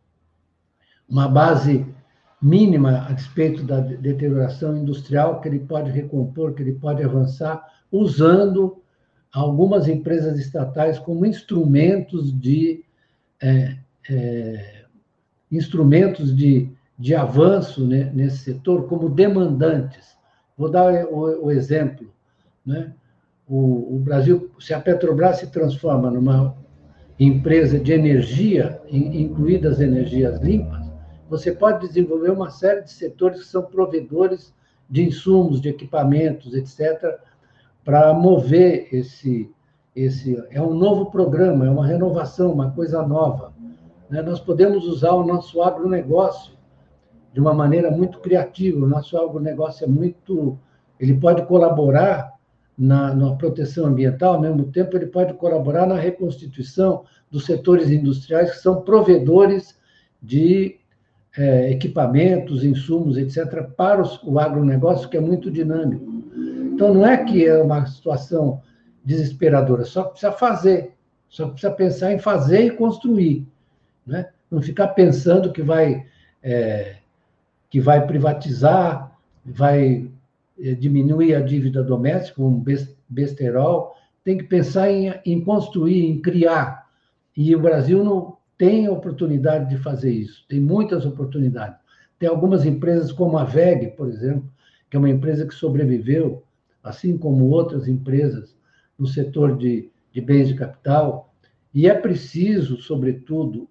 uma base mínima a despeito da deterioração industrial que ele pode recompor, que ele pode avançar, usando algumas empresas estatais como instrumentos de é, é, instrumentos de, de avanço, né, nesse setor, como demandantes. Vou dar o, o exemplo, né? O, o Brasil, se a Petrobras se transforma numa empresa de energia, incluídas as energias limpas, você pode desenvolver uma série de setores que são provedores de insumos, de equipamentos, etcétera, para mover esse, esse... É um novo programa, é uma renovação, uma coisa nova, né? Nós podemos usar o nosso agronegócio de uma maneira muito criativa. O nosso agronegócio é muito... Ele pode colaborar na, na proteção ambiental, ao mesmo tempo ele pode colaborar na reconstituição dos setores industriais que são provedores de é, equipamentos, insumos, etcétera, para os, o agronegócio, que é muito dinâmico. Então, não é que é uma situação desesperadora, só precisa fazer, só precisa pensar em fazer e construir, né? Não ficar pensando que vai, é, que vai privatizar, vai é, diminuir a dívida doméstica, um besterol. Tem que pensar em, em construir, em criar. E o Brasil não tem a oportunidade de fazer isso, tem muitas oportunidades. Tem algumas empresas como a V E G, por exemplo, que é uma empresa que sobreviveu, assim como outras empresas no setor de, de bens de capital, e é preciso, sobretudo,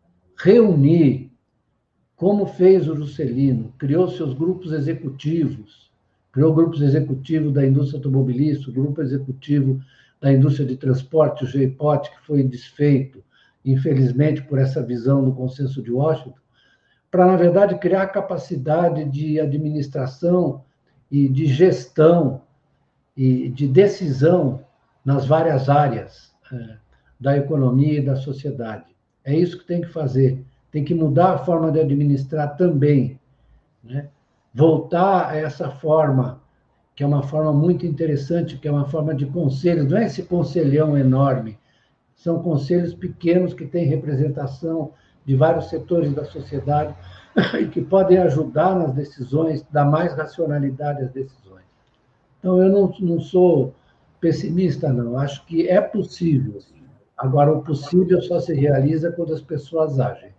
reunir, como fez o Juscelino, criou seus grupos executivos, criou grupos executivos da indústria automobilística, o grupo executivo da indústria de transporte, o G I P O T, que foi desfeito, infelizmente, por essa visão do consenso de Washington, para, na verdade, criar capacidade de administração e de gestão e de decisão nas várias áreas é, da economia e da sociedade. É isso que tem que fazer. Tem que mudar a forma de administrar também, né? Voltar a essa forma, que é uma forma muito interessante, que é uma forma de conselhos. Não é esse conselhão enorme, são conselhos pequenos que têm representação de vários setores da sociedade e que podem ajudar nas decisões, dar mais racionalidade às decisões. Então, eu não, não sou pessimista, não. Acho que é possível. Agora, o possível só se realiza quando as pessoas agem.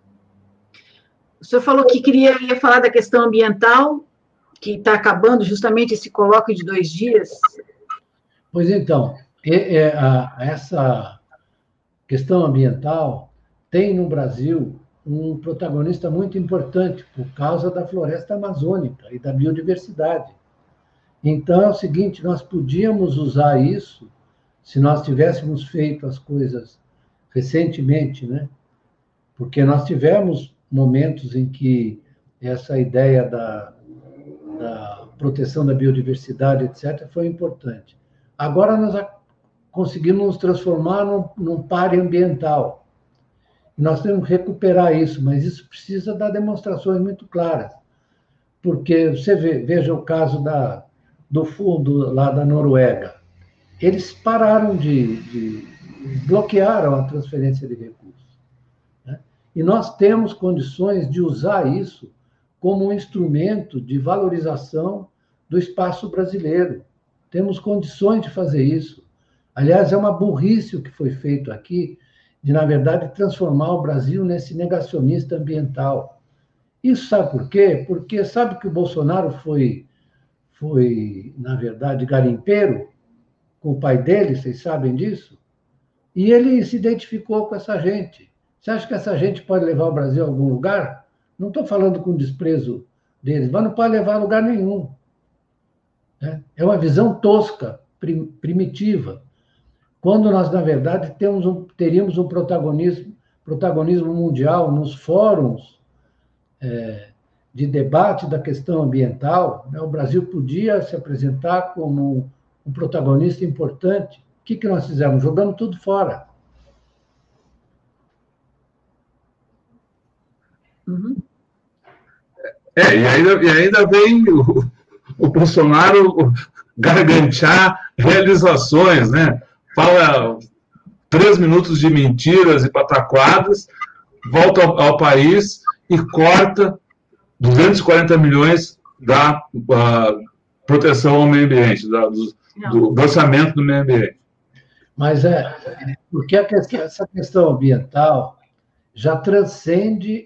O senhor falou que queria ia falar da questão ambiental, que está acabando justamente esse colóquio de dois dias. Pois então, é, é, a, essa questão ambiental tem no Brasil um protagonista muito importante por causa da floresta amazônica e da biodiversidade. Então, é o seguinte, nós podíamos usar isso se nós tivéssemos feito as coisas recentemente, né? Porque nós tivemos momentos em que essa ideia da, da proteção da biodiversidade, etcétera, foi importante. Agora nós conseguimos nos transformar num, num páreo ambiental. E nós temos que recuperar isso, mas isso precisa dar demonstrações muito claras. Porque você vê, veja o caso da, do fundo lá da Noruega. Eles pararam de, de bloquearam a transferência de recursos, né? E nós temos condições de usar isso como um instrumento de valorização do espaço brasileiro. Temos condições de fazer isso. Aliás, é uma burrice o que foi feito aqui, de, na verdade, transformar o Brasil nesse negacionista ambiental. Isso sabe por quê? Porque sabe que o Bolsonaro foi, foi na verdade, garimpeiro com o pai dele, vocês sabem disso? E ele se identificou com essa gente. Você acha que essa gente pode levar o Brasil a algum lugar? Não estou falando com desprezo deles, mas não pode levar a lugar nenhum. É uma visão tosca, primitiva, quando nós, na verdade, temos um, teríamos um protagonismo, protagonismo mundial nos fóruns é, de debate da questão ambiental. Né? O Brasil podia se apresentar como um protagonista importante. O que, que nós fizemos? Jogamos tudo fora. Uhum. É, e ainda, e ainda vem o, o Bolsonaro gargantear realizações, né? Fala três minutos de mentiras e pataquadas, volta ao, ao país e corta duzentos e quarenta milhões da uh, proteção ao meio ambiente, da, do, do, do orçamento do meio ambiente. Mas é porque a questão, essa questão ambiental já transcende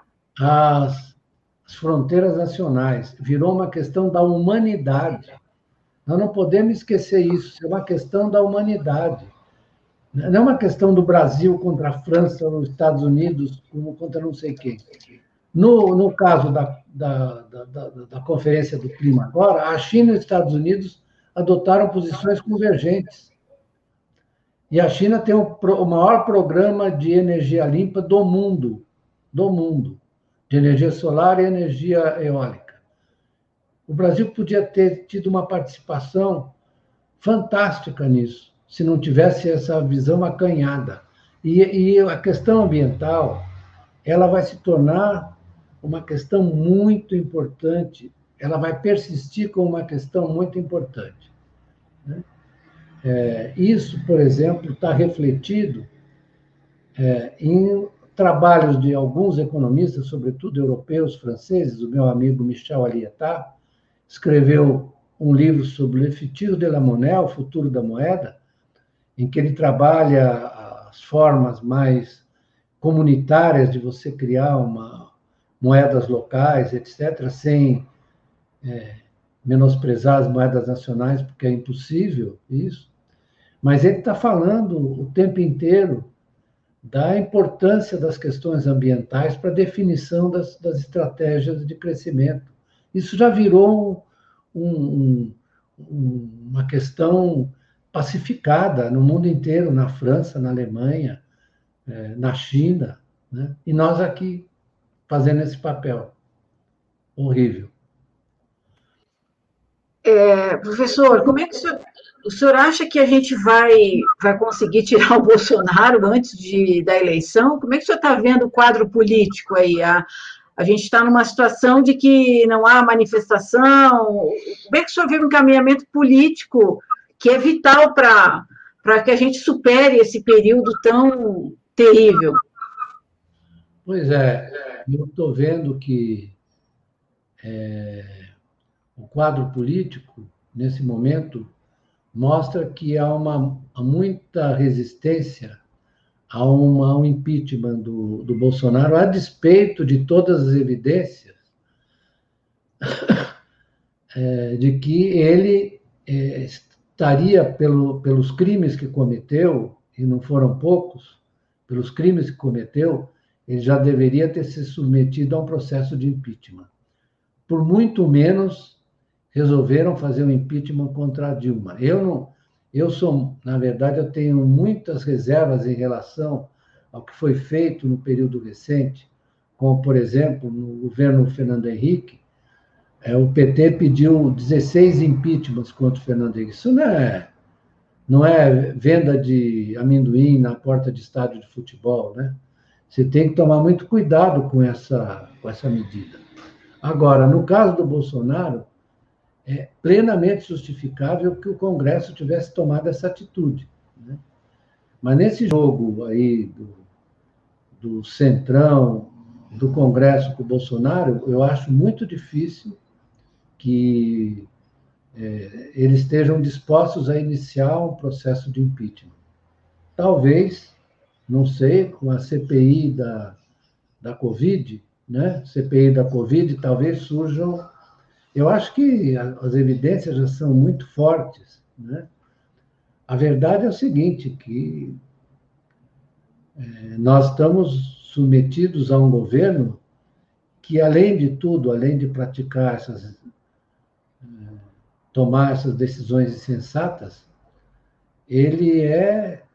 as, as fronteiras nacionais, virou uma questão da humanidade. Nós não podemos esquecer isso, é uma questão da humanidade. Não é uma questão do Brasil contra a França ou os Estados Unidos contra não sei quem. No, no caso da, da, da, da, da Conferência do Clima agora, a China e os Estados Unidos adotaram posições convergentes. E a China tem o, o maior programa de energia limpa do mundo, do mundo, de energia solar e energia eólica. O Brasil podia ter tido uma participação fantástica nisso, se não tivesse essa visão acanhada. E, e a questão ambiental, ela vai se tornar uma questão muito importante, ela vai persistir como uma questão muito importante. Né? É, isso, por exemplo, está refletido é, em trabalhos de alguns economistas, sobretudo europeus, franceses. O meu amigo Michel Alietard escreveu um livro sobre o Futur de la Monnaie, o futuro da moeda, em que ele trabalha as formas mais comunitárias de você criar uma, moedas locais, etcétera, sem é, menosprezar as moedas nacionais, porque é impossível isso. Mas ele está falando o tempo inteiro da importância das questões ambientais para a definição das, das estratégias de crescimento. Isso já virou um, um, uma questão pacificada no mundo inteiro, na França, na Alemanha, na China, né? E nós aqui fazendo esse papel horrível. É, professor, como é que o senhor, o senhor acha que a gente vai, vai conseguir tirar o Bolsonaro antes de, da eleição? Como é que o senhor está vendo o quadro político aí? A, a gente está numa situação de que não há manifestação. Como é que o senhor vê um encaminhamento político que é vital para para que a gente supere esse período tão terrível? Pois é, eu estou vendo que é, o quadro político, nesse momento, mostra que há, uma, há muita resistência a, uma, a um impeachment do, do Bolsonaro, a despeito de todas as evidências é, de que ele é, estaria, pelo, pelos crimes que cometeu, e não foram poucos, pelos crimes que cometeu, ele já deveria ter se submetido a um processo de impeachment. Por muito menos resolveram fazer um impeachment contra a Dilma. Eu não, eu sou, na verdade, eu tenho muitas reservas em relação ao que foi feito no período recente, como, por exemplo, no governo Fernando Henrique, é, o P T pediu dezesseis impeachments contra o Fernando Henrique. Isso não é, não é venda de amendoim na porta de estádio de futebol, né? Você tem que tomar muito cuidado com essa, com essa medida. Agora, no caso do Bolsonaro, é plenamente justificável que o Congresso tivesse tomado essa atitude, né? Mas nesse jogo aí do, do centrão, do Congresso com o Bolsonaro, eu acho muito difícil que é, eles estejam dispostos a iniciar um processo de impeachment. Talvez, não sei, com a C P I da, da Covid, né? C P I da Covid, talvez surjam... Eu acho que as evidências já são muito fortes, né? A verdade é o seguinte, que é, nós estamos submetidos a um governo que, além de tudo, além de praticar essas... tomar essas decisões insensatas, ele é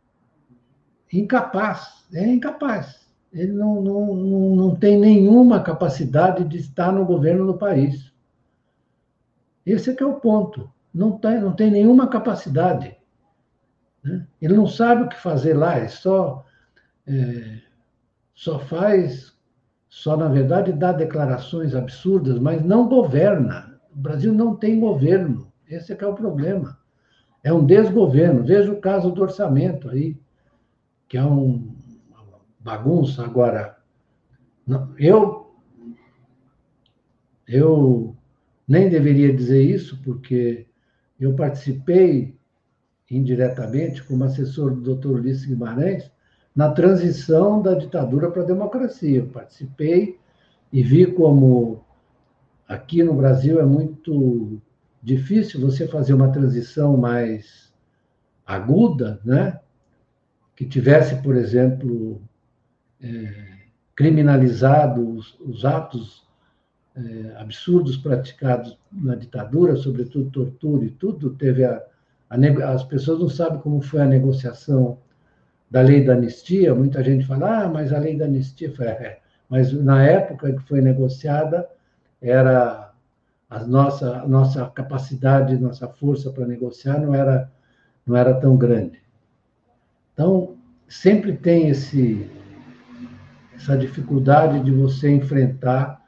incapaz, é incapaz. Ele não, não, não, não tem nenhuma capacidade de estar no governo do país. Esse é que é o ponto. Não tem, não tem nenhuma capacidade. Né? Ele não sabe o que fazer lá, ele só, é, só faz, só, na verdade, dá declarações absurdas, mas não governa. O Brasil não tem governo. Esse é que é o problema. É um desgoverno. Veja o caso do orçamento aí, que é um, uma bagunça. Agora, eu, eu nem deveria dizer isso, porque eu participei indiretamente, como assessor do doutor Ulisses Guimarães, na transição da ditadura para a democracia. Eu participei e vi como aqui no Brasil é muito difícil você fazer uma transição mais aguda, né? Que tivesse, por exemplo, é, criminalizado os, os atos é, absurdos praticados na ditadura, sobretudo tortura e tudo. Teve a, a, as pessoas não sabem como foi a negociação da lei da anistia. Muita gente fala, ah, mas a lei da anistia foi... É. Mas na época que foi negociada, era a nossa, a nossa capacidade, nossa força para negociar não era, não era tão grande. Então, sempre tem esse, essa dificuldade de você enfrentar,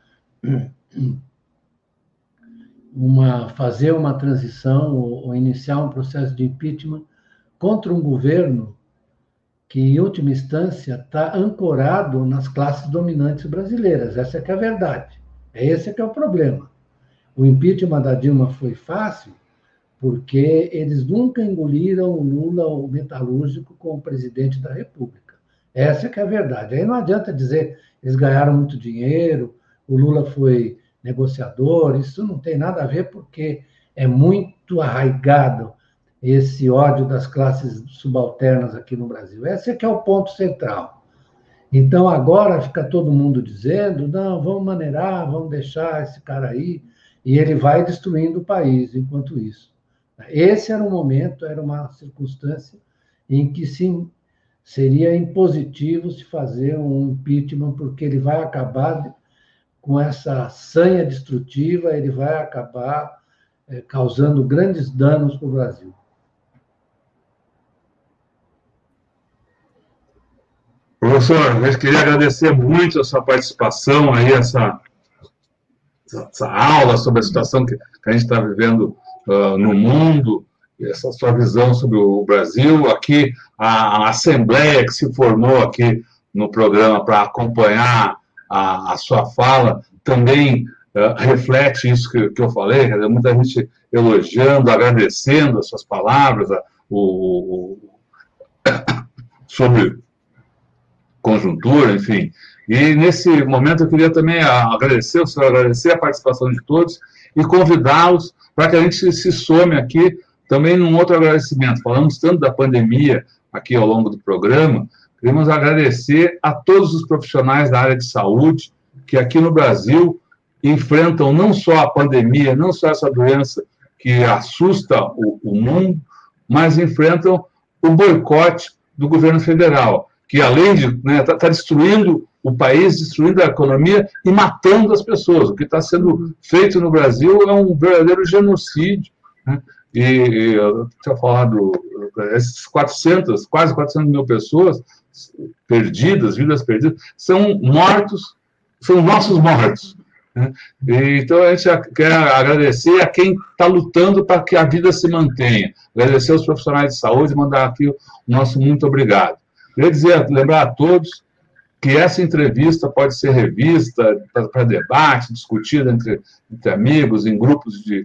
uma, fazer uma transição ou, ou iniciar um processo de impeachment contra um governo que, em última instância, está ancorado nas classes dominantes brasileiras. Essa é que é a verdade. Esse é que é o problema. O impeachment da Dilma foi fácil porque eles nunca engoliram o Lula, o metalúrgico, como presidente da República. Essa é que é a verdade. Aí não adianta dizer que eles ganharam muito dinheiro, o Lula foi negociador, isso não tem nada a ver, porque é muito arraigado esse ódio das classes subalternas aqui no Brasil. Esse é que é o ponto central. Então, agora fica todo mundo dizendo, não, vamos maneirar, vamos deixar esse cara aí, e ele vai destruindo o país enquanto isso. Esse era um momento, era uma circunstância em que, sim, seria impositivo se fazer um impeachment, porque ele vai acabar com essa sanha destrutiva, ele vai acabar é, causando grandes danos para o Brasil. Professor, eu queria agradecer muito a sua participação aí, essa, essa aula sobre a situação que, que a gente está vivendo uh, no mundo, essa sua visão sobre o Brasil. Aqui, a, a Assembleia que se formou aqui no programa para acompanhar a, a sua fala, também uh, reflete isso que, que eu falei, quer dizer, muita gente elogiando, agradecendo as suas palavras, a, o, o, sobre conjuntura, enfim. E nesse momento eu queria também agradecer, o senhor agradecer a participação de todos e convidá-los para que a gente se some aqui também num outro agradecimento. Falamos tanto da pandemia aqui ao longo do programa, queremos agradecer a todos os profissionais da área de saúde que aqui no Brasil enfrentam não só a pandemia, não só essa doença que assusta o, o mundo, mas enfrentam o boicote do governo federal, que além de estar né, tá, tá destruindo o país, destruindo a economia e matando as pessoas. O que está sendo feito no Brasil é um verdadeiro genocídio. Né? E, e eu tinha falado, esses quatrocentas, quase quatrocentas mil pessoas perdidas, vidas perdidas, são mortos, são nossos mortos. Né? E, então a gente quer agradecer a quem está lutando para que a vida se mantenha. Agradecer aos profissionais de saúde e mandar aqui o nosso muito obrigado. Queria dizer, lembrar a todos que essa entrevista pode ser revista para debate, discutida entre, entre amigos, em grupos de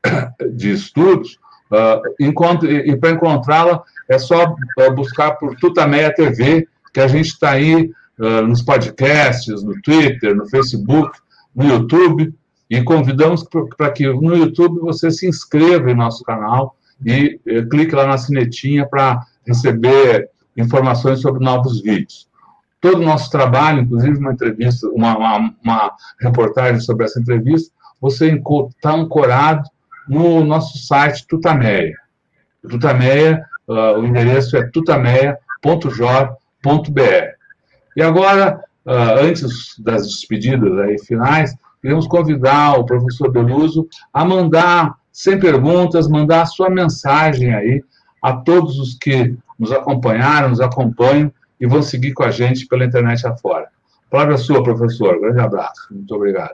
de estudos, uh, encontro, e, e para encontrá-la é só uh, buscar por Tutameia T V, que a gente está aí uh, nos podcasts, no Twitter, no Facebook, no YouTube, e convidamos para que no YouTube você se inscreva em nosso canal e uh, clique lá na sinetinha para receber informações sobre novos vídeos. Todo o nosso trabalho, inclusive uma entrevista, uma, uma, uma reportagem sobre essa entrevista, você está ancorado no nosso site Tutameia. Tutameia, uh, o endereço é tutameia ponto jor ponto br. E agora, uh, antes das despedidas aí finais, queremos convidar o professor Beluso a mandar, sem perguntas, mandar a sua mensagem aí a todos os que nos acompanharam, nos acompanham e vão seguir com a gente pela internet afora. A palavra é sua, professor. Grande abraço. Muito obrigado.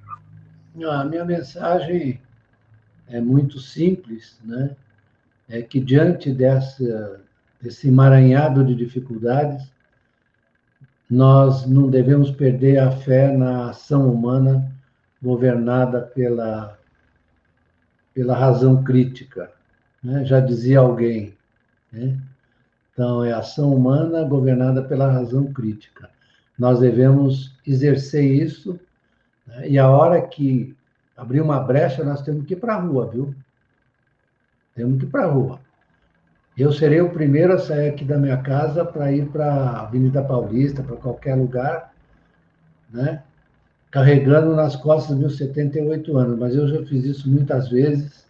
A minha mensagem é muito simples, né? É que diante dessa, desse emaranhado de dificuldades, nós não devemos perder a fé na ação humana governada pela, pela razão crítica, né? Já dizia alguém, né? Então, é a ação humana governada pela razão crítica. Nós devemos exercer isso, né? E a hora que abrir uma brecha, nós temos que ir para a rua, viu? Temos que ir para a rua. Eu serei o primeiro a sair aqui da minha casa para ir para a Avenida Paulista, para qualquer lugar, né? Carregando nas costas meus setenta e oito anos, mas eu já fiz isso muitas vezes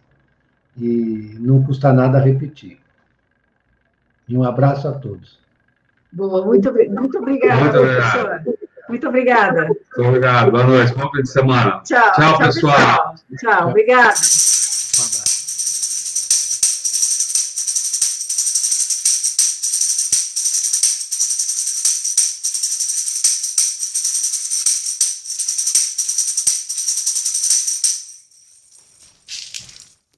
e não custa nada repetir. E um abraço a todos. Boa, muito, muito obrigada, muito professora. Obrigado. Muito obrigada. Muito obrigado. Boa noite. Bom fim de semana. Tchau, tchau, tchau pessoal. pessoal. Tchau, obrigada. Um abraço.